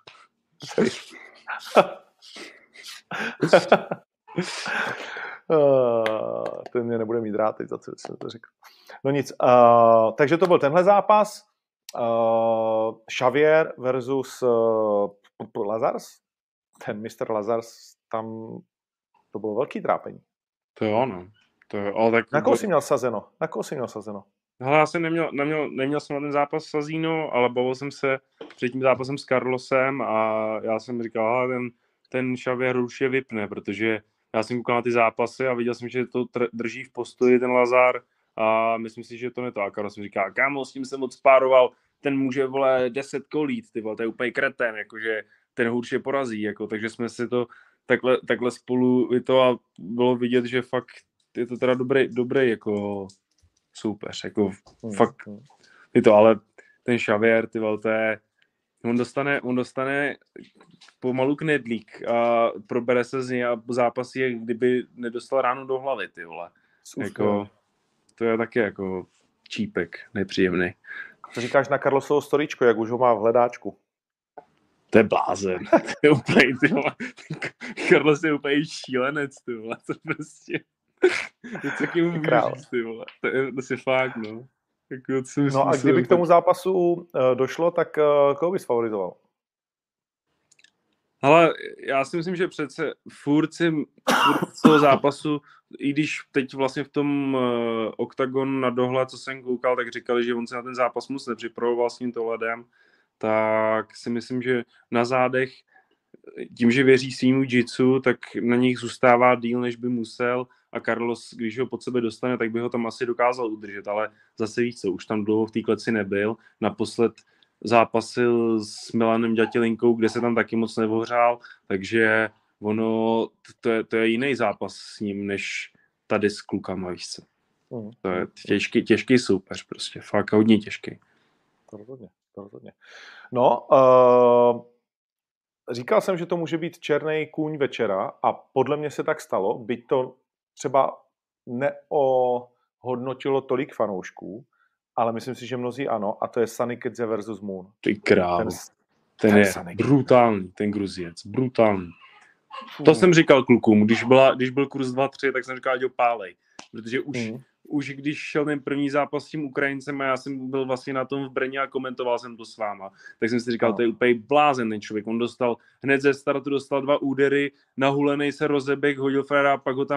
[SPEAKER 3] Uh, ten mě nebude mít rád teď, za co jsem to řekl. No nic, uh, takže to byl tenhle zápas. Uh, Xavier versus uh, Lazars. Ten mister Lazars, tam to bylo velký trápení.
[SPEAKER 4] To jo, no. To je, ale tak...
[SPEAKER 3] Na koho jsi měl sazeno? Na koho jsi měl sazeno?
[SPEAKER 4] Hele, já jsem neměl, neměl, neměl jsem na ten zápas Sazino, ale bavil jsem se před tím zápasem s Carlosem a já jsem říkal, hele, ten, ten Xavier už je vypne, protože já jsem koukal na ty zápasy a viděl jsem, že to tr- drží v postoji ten Lazar a myslím si, že to ne to. A Carlos mi říká, kámo, s tím jsem moc spároval, ten může, vole, deset kolít, ty vole, to je úplně kretén, jakože ten hůř je porazí, jako, takže jsme si to takhle, takhle spolu to a bylo vidět, že fakt je to teda dobrý, dobrý jako soupeř, jako
[SPEAKER 3] Hmm.
[SPEAKER 4] fakt je to, ale ten Xavier, ty vole, to je, on dostane, on dostane pomalu knedlík a probere se z něj a zápasí, jak kdyby nedostal ránu do hlavy, ty vole. Jako, to je taky jako čípek, nepříjemný.
[SPEAKER 3] Co říkáš na Carlosovo storíčko, jak už ho má v hledáčku?
[SPEAKER 4] To je blázen. To je úplně, ty vole. Carlos je úplně šílenec, ty vole. To prostě... To co kým můžu říct, ty vole. To je prostě fakt, no. Jako, co
[SPEAKER 3] no a kdyby k tomu zápasu uh, došlo, tak uh, koho bys favorizoval?
[SPEAKER 4] Ale já si myslím, že přece furt si furt z toho zápasu, i když teď vlastně v tom uh, Octagon na dohled, co jsem koukal, tak říkali, že on se na ten zápas moc nepřipravoval s tím tohledem, tak si myslím, že na zádech, tím, že věří svýmu jitsu, tak na nich zůstává díl, než by musel a Carlos, když ho pod sebe dostane, tak by ho tam asi dokázal udržet, ale zase víš co, už tam dlouho v té kleci nebyl, naposled zápasil s Milanem Ďatelinkou, kde se tam taky moc nevohřál, takže ono, to je, to je jiný zápas s ním, než tady s klukama, víš co.
[SPEAKER 3] Mm.
[SPEAKER 4] To je těžký, těžký soupeř prostě, fakt hodně těžký.
[SPEAKER 3] To rozhodně, to rozhodně. No, uh, říkal jsem, že to může být černý kůň večera a podle mě se tak stalo, byť to třeba neohodnotilo tolik fanoušků, ale myslím si, že mnozí ano, a to je Sunny Kedze versus Moon.
[SPEAKER 4] Ty král, ten, ten, ten je Sunny. Brutální, ten Gruziec, brutální. To hmm. jsem říkal klukům, když, byla, když byl kurz dva tři, tak jsem říkal, ať ho pálej, protože už, hmm. už když šel ten první zápas s tím Ukrajincem a já jsem byl vlastně na tom v Brně a komentoval jsem to s váma, tak jsem si říkal, no. To je úplně blázen ten člověk, on dostal, hned ze startu dostal dva údery, nahulenej se rozeběh, hodil frajera a pak ho tam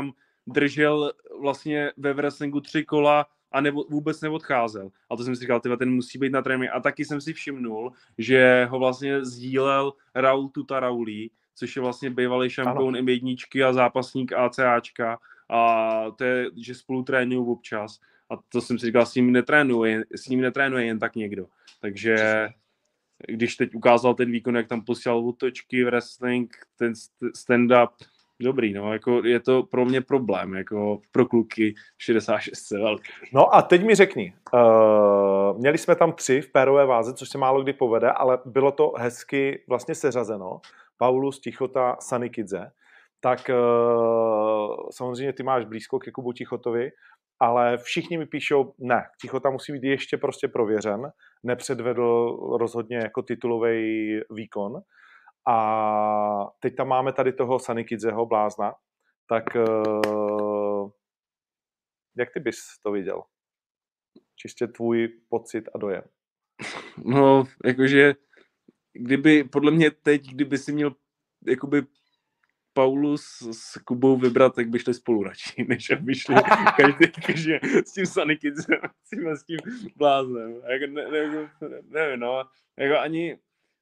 [SPEAKER 4] držel vlastně ve wrestlingu tři kola a nebo, vůbec neodcházel. A to jsem si říkal, tyva, ten musí být na tréninku. A taky jsem si všimnul, že ho vlastně sdílel Raul Tutarauli, což je vlastně bývalý šampion em jedničky a zápasník ACAčka. A to je, že spolu trénují občas. A to jsem si říkal, s ním netrénuje, s ním netrénuje jen tak někdo. Takže když teď ukázal ten výkon, jak tam posílal otočky, wrestling, ten stand-up, dobrý, no, jako je to pro mě problém, jako pro kluky šedesát šest velký.
[SPEAKER 3] No a teď mi řekni, uh, měli jsme tam tři v pérové váze, což se málo kdy povede, ale bylo to hezky vlastně seřazeno. Paulus, Tichota, Sanikidze. Tak uh, samozřejmě ty máš blízko ke Kubu Tichotovi, ale všichni mi píšou, ne, Tichota musí být ještě prostě prověřen, nepředvedl rozhodně jako titulový výkon. A teď tam máme tady toho Sanikidzeho blázna, tak uh, jak ty bys to viděl? Čistě tvůj pocit a dojem.
[SPEAKER 4] No, jakože, kdyby, podle mě teď, kdyby si měl, jakoby Paulus s Kubou vybrat, tak by šli spolu radši, než aby šli každý, každý s tím Sanikidze, s tím bláznem. Jako, ne, ne, nevím, no, jako ani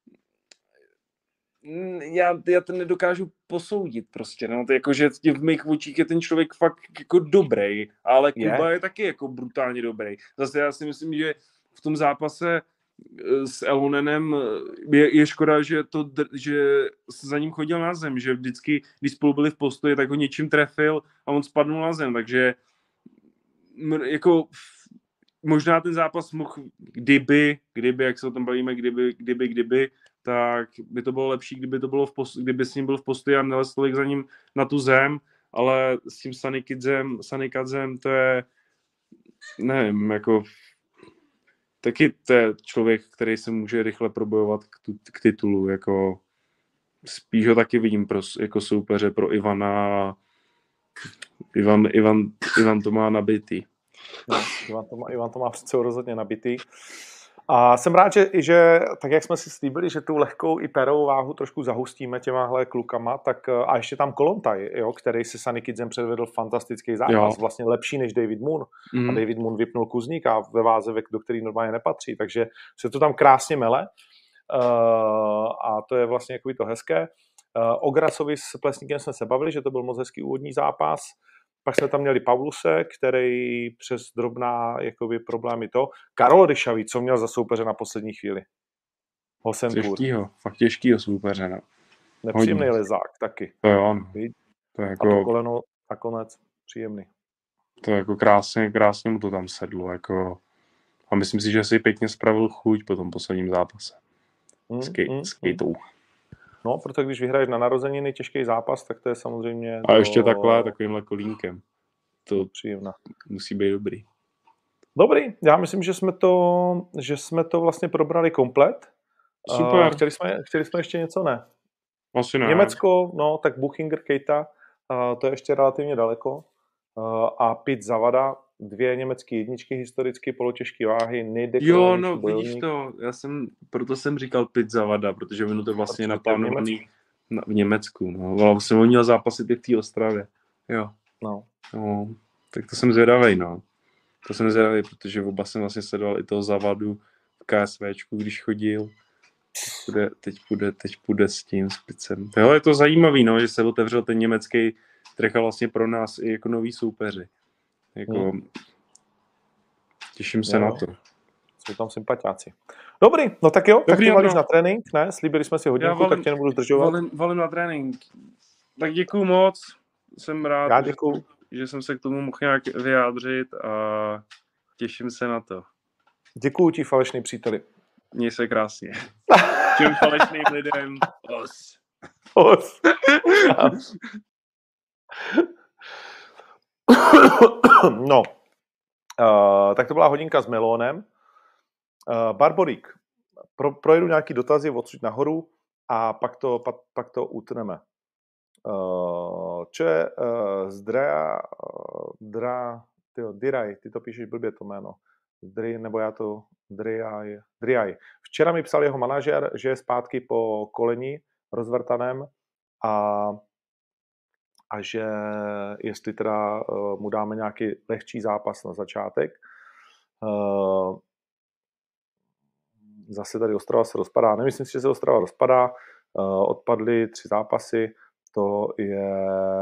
[SPEAKER 4] já, já to nedokážu posoudit prostě, no, to jako, že v mých očích je ten člověk fakt jako dobrý, ale Kuba je, je taky jako brutálně dobrý. Zase já si myslím, že v tom zápase s Elonenem je, je škoda, že, to, že za ním chodil na zem, že vždycky, když spolu byli v postoji, tak ho něčím trefil a on spadnul na zem, takže jako možná ten zápas mohl, kdyby, kdyby, jak se o tom bavíme, kdyby, kdyby, kdyby, tak by to bylo lepší, kdyby to bylo v postoji, kdyby s ním byl v postoji a nelez tolik za ním na tu zem, ale s tím Sanikadzem, Sanikadzem to je, nevím, jako taky to je člověk, který se může rychle probojovat k, tu, k titulu, jako spíš ho taky vidím pro, jako soupeře pro Ivana. Ivan, Ivan, Ivan to má nabitý.
[SPEAKER 3] No, Ivan, to má, Ivan to má přece rozhodně nabitý. A jsem rád, že, že tak jak jsme si slíbili, že tu lehkou i pérovou váhu trošku zahustíme těmahle klukama, tak a ještě tam Kolontaj, jo, který si Sanikidzem předvedl fantastický zápas, jo. Vlastně lepší než David Moon. Mm. A David Moon vypnul Kuzníka ve váze, do který normálně nepatří, takže se to tam krásně mele uh, a to je vlastně jako to hezké. Uh, o Grasovi s Plesníkem jsme se bavili, že to byl moc hezký úvodní zápas. Pak jsme tam měli Pauluse, který přes drobná jakoby, problémy to. Karol Ryšavý, co měl za soupeře na poslední chvíli? Hosenpur.
[SPEAKER 4] Těžkýho, fakt těžkýho soupeře. No.
[SPEAKER 3] Nepříjemný Hodně. Lezák taky.
[SPEAKER 4] To jo, no. To je jako...
[SPEAKER 3] A to koleno nakonec příjemný.
[SPEAKER 4] To je jako krásně, krásně mu to tam sedlo. Jako... A myslím si, že si pěkně spravil chuť po tom posledním zápase. Mm, s, kej, mm, s Kejtou. Mm.
[SPEAKER 3] No, protože když vyhraješ na narozeniny těžký zápas, tak to je samozřejmě...
[SPEAKER 4] A ještě to... takhle, takovýmhle kolínkem. To
[SPEAKER 3] příjemná.
[SPEAKER 4] Musí být dobrý.
[SPEAKER 3] Dobrý, já myslím, že jsme to, že jsme to vlastně probrali komplet.
[SPEAKER 4] Super.
[SPEAKER 3] Uh, chtěli, jsme, chtěli jsme ještě něco, ne?
[SPEAKER 4] Asi ne.
[SPEAKER 3] Německo, no, tak Buchinger, Keita, uh, to je ještě relativně daleko. Uh, a Pit Zavada, dvě německé jedničky historicky, polotěžké váhy,
[SPEAKER 4] Jo, no bojovník. Vidíš to, já jsem, proto jsem říkal Pit Zavada, protože ono to vlastně naplánovaný v, v Německu. No. Vlastně on měl zápasit i v té Ostravě. Jo.
[SPEAKER 3] No.
[SPEAKER 4] no. Tak to jsem zvědavej, no. To jsem zvědavej, protože oba jsem vlastně sledoval i toho Zavadu v KSVčku, když chodil. Teď půjde, teď půjde, teď půjde s tím spicem. Jo, je to zajímavý, no, že se otevřel ten německý trh a vlastně pro nás i jako nový soupeři. Jako, hmm. Těším se jo. na to.
[SPEAKER 3] Jsou tam sympatiáci. Dobrý, no tak jo, Dobrý, tak ty valíš na trénink, ne? Slíbili jsme si hodinku, valím, tak tě nebudu zdržovat.
[SPEAKER 4] Valím, valím na trénink. Tak děkuju moc, jsem rád,
[SPEAKER 3] Já děkuju.
[SPEAKER 4] Že, že jsem se k tomu mohl nějak vyjádřit a těším se na to.
[SPEAKER 3] Děkuju ti, falešný příteli.
[SPEAKER 4] Měj se krásně. Těm falešným lidem os.
[SPEAKER 3] Os. No, uh, tak to byla hodinka s Melonem. Uh, Barborík, Pro, projedu nějaký dotazy odsud nahoru a pak to, pak, pak to utneme. Uh, čo je uh, zdra, uh, dra, tyjo, Diraj, ty to píšeš blbě to jméno. Dry, nebo já to Driaj. Driaj. Včera mi psal jeho manažer, že je zpátky po koleni rozvrtaném a a že jestli teda uh, mu dáme nějaký lehčí zápas na začátek. Uh, zase tady Ostrava se rozpadá. Nemyslím si, že se Ostrava rozpadá. Uh, odpadly tři zápasy. To je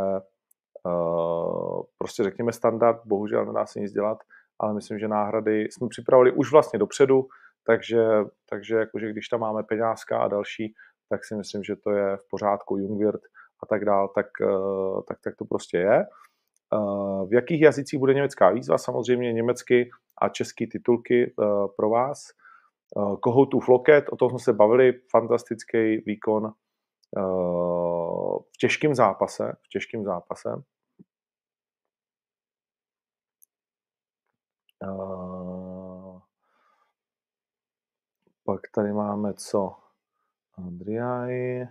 [SPEAKER 3] uh, prostě řekněme standard. Bohužel nedá se nic dělat, ale myslím, že náhrady jsme připravili už vlastně dopředu, takže, takže jakože když tam máme Peňázka a další, tak si myslím, že to je v pořádku, Jungwirth a tak dál, tak, uh, tak, tak to prostě je. Uh, v jakých jazycích bude německá výzva? Samozřejmě německy a český titulky uh, pro vás. Uh, Kohoutův loket, o tom jsme se bavili, fantastický výkon uh, v těžkém zápase, v těžkém zápase. Uh, pak tady máme co? Andriaj,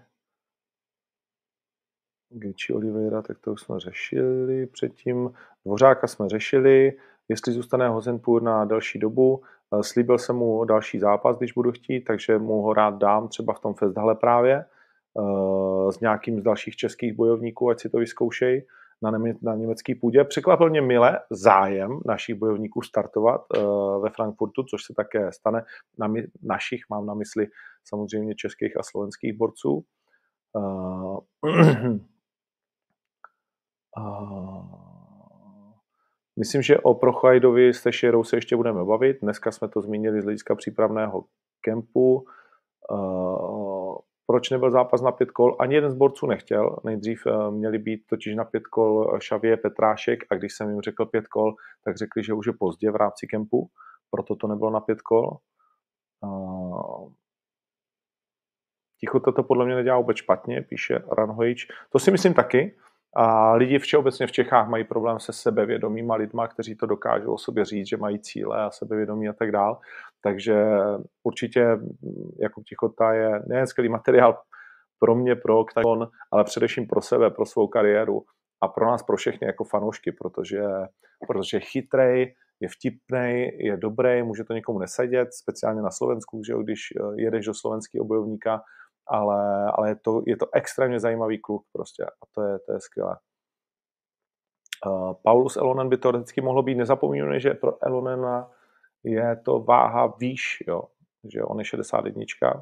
[SPEAKER 3] Gichi Oliveira, tak to už jsme řešili předtím. Dvořáka jsme řešili, jestli zůstane Hozenpur na delší dobu. Slíbil jsem mu další zápas, když budu chtít, takže mu ho rád dám třeba v tom Festhale právě s nějakým z dalších českých bojovníků, ať si to vyzkoušej na, něme- na německý půdě. Překvapil mě mile zájem našich bojovníků startovat ve Frankfurtu, což se také stane. Na my- našich mám na mysli samozřejmě českých a slovenských borců. Uh, uh, myslím, že o Prochajdovi s Teixeirou se ještě budeme bavit. Dneska jsme to zmínili z hlediska přípravného kempu. Uh, proč nebyl zápas na pět kol? Ani jeden z borců nechtěl. Nejdřív uh, měli být totiž na pět kol Xavier Petrášek a když jsem jim řekl pět kol, tak řekli, že už je pozdě v rámci kempu, proto to nebylo na pět kol. Uh, Ticho to podle mě nedělá vůbec špatně, píše Ranhojič. To si myslím taky. A lidi všeobecně v Čechách mají problém se sebevědomýma lidma, kteří to dokážou o sobě říct, že mají cíle a sebevědomí a tak dál. Takže určitě Jakub Tichota je nejen skvělý materiál pro mě, pro Octagon, ale především pro sebe, pro svou kariéru a pro nás, pro všechny jako fanoušky, protože, protože je chytrej, je vtipnej, je dobrý, může to někomu nesedět, speciálně na Slovensku, že jo, když jedeš do slovenského bojovníka, ale, ale je, to, je to extrémně zajímavý kluk prostě a to je, to je skvělé. Uh, Paulus Elonen by teoreticky mohlo být, nezapomínané, že pro Elonena je to váha výš, jo, že on je šedesát jedna.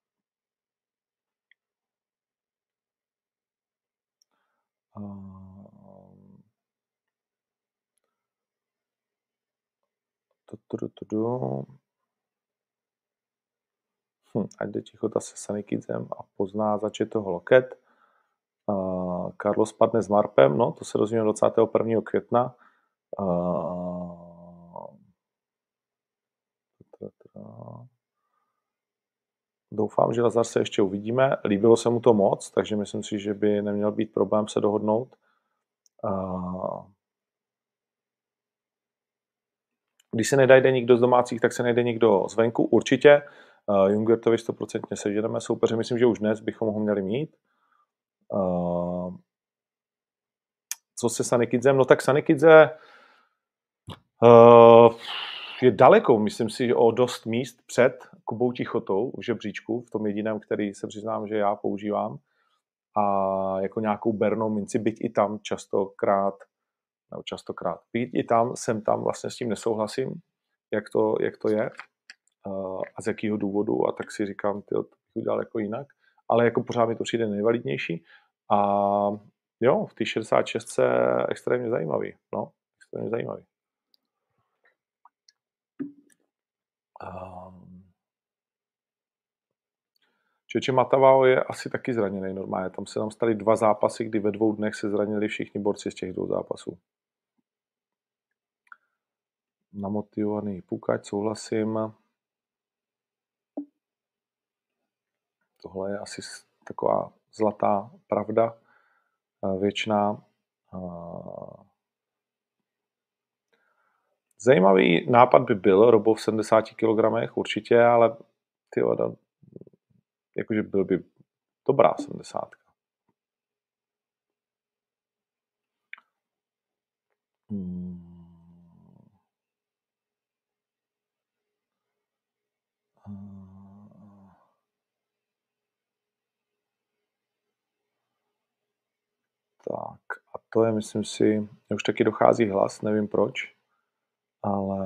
[SPEAKER 3] Uh, tu, tu, tu, tu. Hm, ať jde Tichota se Sanikidem a pozná zač je toho loket. Uh, Carlos padne s Marpem, no, to se dozvíme dvacátého prvního května. Uh, doufám, že Lazar se ještě uvidíme. Líbilo se mu to moc, takže myslím si, že by neměl být problém se dohodnout. Uh, když se nedajde nikdo z domácích, tak se najde někdo zvenku. Určitě. Uh, Jungwirthovi sto procent seženeme soupeře. Myslím, že už dnes bychom ho měli mít. Uh, co se Sanikidem? No tak Sanikidze uh, je daleko, myslím si, o dost míst před Kubou Tichotou v žebříčku, v tom jediném, který se přiznám, že já používám. A jako nějakou bernou minci, byť i tam častokrát, nebo častokrát, byť i tam, jsem tam vlastně s tím nesouhlasím, jak to, jak to je uh, a z jakého důvodu, a tak si říkám, tyjo, to bych udělal jako jinak. Ale jako pořád mi to přijde nejvalidnější. A jo, v té šedesát šest je extrémně zajímavý. No, extrémně zajímavý. Um. Čeče Matavao je asi taky zraněný normálně. Tam se nám staly dva zápasy, kdy ve dvou dnech se zranili všichni borci z těch dvou zápasů. Namotivovaný Pukač, souhlasím. Tohle je asi taková zlatá pravda, věčná. Zajímavý nápad by byl Robo v sedmdesáti kilogramech určitě, ale ty voda, jakože byl by dobrá sedmdesátka. Hmm. Tak to je, myslím si, už taky dochází hlas, nevím proč, ale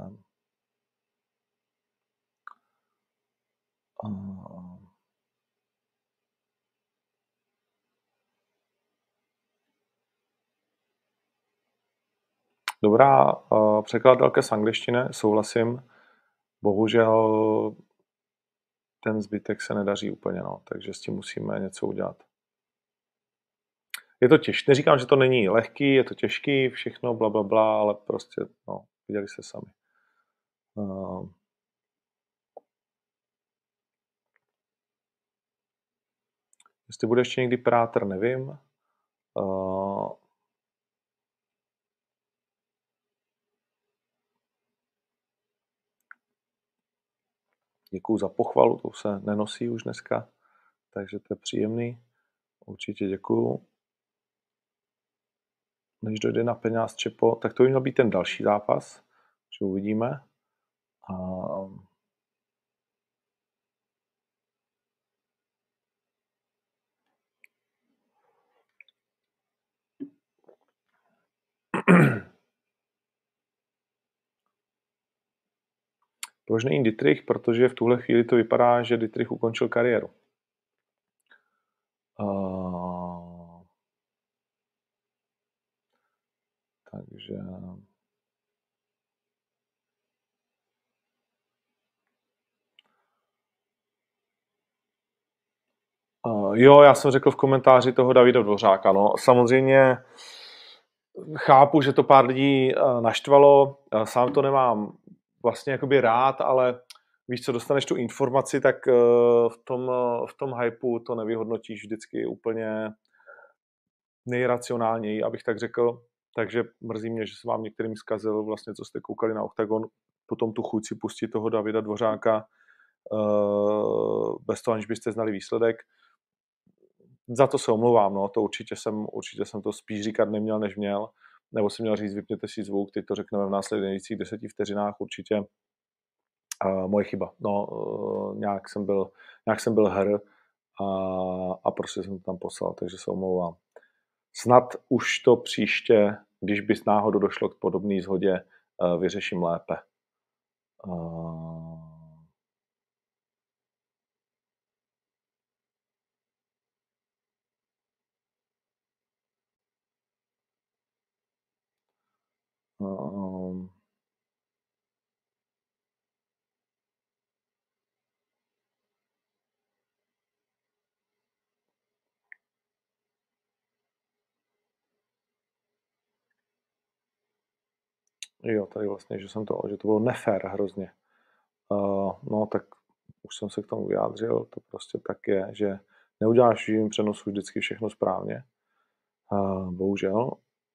[SPEAKER 3] dobrá uh, překladatelka z angličtiny, souhlasím. Bohužel ten zbytek se nedaří úplně, no, takže s tím musíme něco udělat. Je to těžké, neříkám, že to není lehký, je to těžký, všechno, bla, bla, bla, ale prostě, no, viděli jste sami. Uh, jestli bude ještě někdy práter, nevím. Uh, Děkuju za pochvalu, to se nenosí už dneska, takže to je příjemný. Určitě děkuju. Než dojde na peněz Čepo, tak to by měl být ten další zápas, že uvidíme. A... Proč není Dietrich? Protože v tuhle chvíli to vypadá, že Dietrich ukončil kariéru. Uh... Takže... Uh, jo, já jsem řekl v komentáři toho Davida Dvořáka. No, samozřejmě chápu, že to pár lidí uh, naštvalo. Uh, sám to nemám vlastně jakoby rád, ale víš co, dostaneš tu informaci, tak uh, v tom, uh, v tom hypeu to nevyhodnotíš vždycky úplně nejracionálněji, abych tak řekl. Takže mrzí mě, že jsem vám některým zkazil vlastně, co jste koukali na Octagon, potom tu chuť si pustit toho Davida Dvořáka uh, bez toho, aniž byste znali výsledek. Za to se omlouvám, no, to určitě jsem, určitě jsem to spíš říkat neměl, než měl, nebo jsem měl říct, vypněte si zvuk, teď to řekneme v následujících deseti vteřinách, určitě uh, moje chyba, no, uh, nějak jsem byl, nějak jsem byl hr a, a prostě jsem to tam poslal, takže se omlouvám. Snad už to příště, když bys náhodou došlo k podobné shodě, uh, vyřeším lépe. Uh, Um, jo, tady vlastně, že jsem to, že to bylo nefér hrozně. Uh, no, tak už jsem se k tomu vyjádřil, to prostě tak je, že neuděláš v živým přenosu vždycky všechno správně. Uh, bohužel.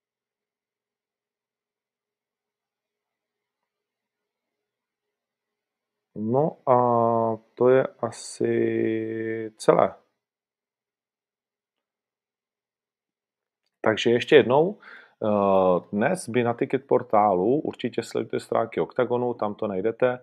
[SPEAKER 3] No a to je asi celé. Takže ještě jednou, dnes by na Ticket portálu, určitě sledujte stránky Octagonu, tam to najdete,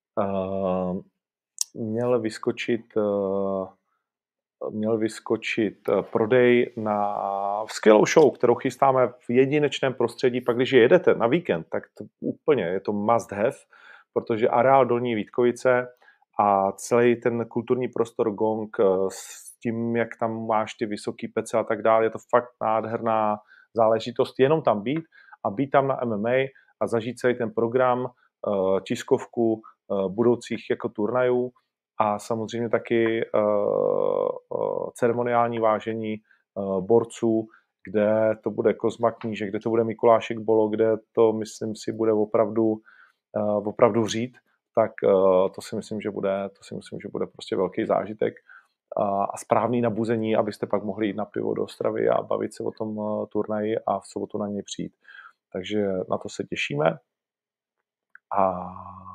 [SPEAKER 3] měl vyskočit, měl vyskočit prodej na skvělou show, kterou chystáme v jedinečném prostředí. Pak když jedete na víkend, tak to úplně je to must have, protože areál Dolní Vítkovice a celý ten kulturní prostor Gong s tím, jak tam máš ty vysoký pece a tak dále, je to fakt nádherná záležitost jenom tam být a být tam na M M A a zažít celý ten program, tiskovku budoucích jako turnajů a samozřejmě taky ceremoniální vážení borců, kde to bude Kozma Knížek, kde to bude Mikulášek Bolo, kde to, myslím si, bude opravdu opravdu vřít, tak to si myslím, že bude, to si myslím, že bude prostě velký zážitek a správný nabuzení, abyste pak mohli jít na pivo do Ostravy a bavit se o tom turnaji a v sobotu na něj přijít. Takže na to se těšíme. A,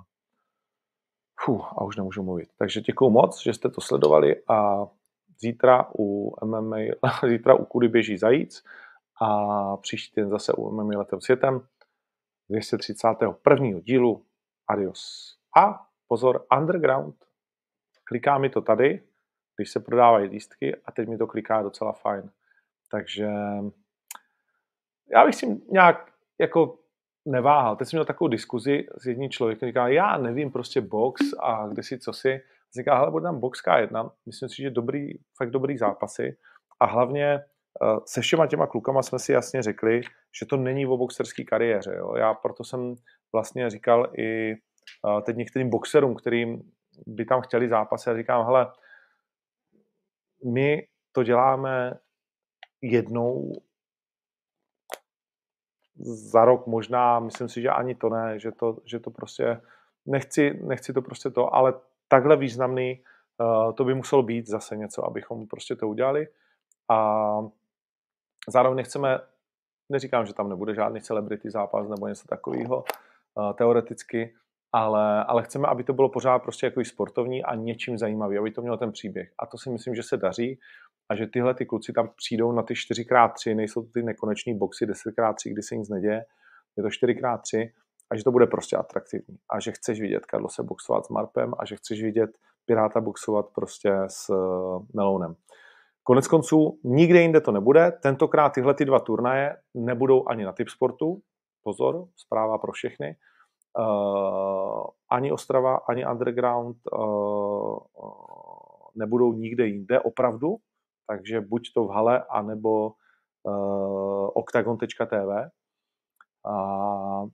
[SPEAKER 3] fuh, a už nemůžu mluvit. Takže děkuju moc, že jste to sledovali a zítra u M M A, zítra u Kudy běží zajíc a příští týden zase u M M A letem světem dvě stě třicátého prvního dílu. Adios. A pozor, Underground. Kliká mi to tady, když se prodávají lístky a teď mi to kliká docela fajn. Takže já bych si nějak jako neváhal. Teď jsem měl takovou diskuzi s jedním člověkem, který říká, já nevím prostě box a kde si, co si. Říká, hele, bude tam box K jedna, myslím si, že dobrý, fakt dobrý zápasy a hlavně se všema těma klukama jsme si jasně řekli, že to není o boxerské kariéře. Jo. Já proto jsem vlastně říkal i teď některým boxerům, kterým by tam chtěli zápasy, a říkám, hele, my to děláme jednou za rok možná, myslím si, že ani to ne, že to, že to prostě, nechci, nechci to prostě to, ale takhle významný, to by muselo být zase něco, abychom prostě to udělali. A zároveň nechceme, neříkám, že tam nebude žádný celebrity zápas nebo něco takového, teoreticky, ale, ale chceme, aby to bylo pořád prostě jako sportovní a něčím zajímavý, aby to mělo ten příběh. A to si myslím, že se daří a že tyhle ty kluci tam přijdou na ty čtyři krát tři, nejsou to ty nekoneční boxy deset krát tři, kdy se nic neděje, je to čtyři krát tři a že to bude prostě atraktivní. A že chceš vidět Carlose boxovat s Marpem a že chceš vidět Piráta boxovat prostě s Melounem. Konec konců nikde jinde to nebude, tentokrát tyhle ty dva turnaje nebudou ani na Tipsportu, pozor, zpráva pro všechny, Uh, ani Ostrava, ani Underground uh, uh, nebudou nikde jinde opravdu, takže buď to v hale, anebo uh, octagon tečka té vé. Uh,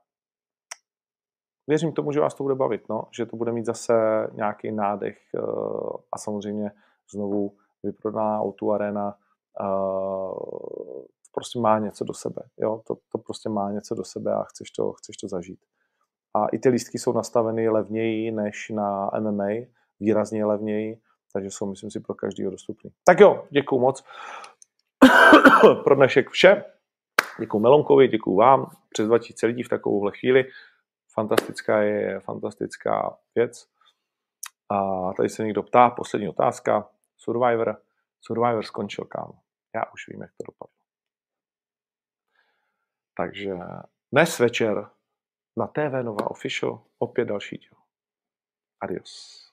[SPEAKER 3] věřím tomu, že vás to bude bavit, no? Že to bude mít zase nějaký nádech uh, a samozřejmě znovu vyprodaná ó dva Arena uh, prostě má něco do sebe. Jo? To, to prostě má něco do sebe a chceš to, chceš to zažít. A i ty lístky jsou nastaveny levněji než na M M A, výrazně levněji, takže jsou, myslím si, pro každého dostupný. Tak jo, děkuju moc. Pro dnešek vše. Děkuju Melonkovi, děkuju vám. Přes dva tisíce lidí v takovouhle chvíli. Fantastická je fantastická věc. A tady se někdo ptá, poslední otázka. Survivor. Survivor skončil, kámo. Já už vím, jak to dopadlo. Takže dnes večer na té vé Nova Official opět další díl. Adios.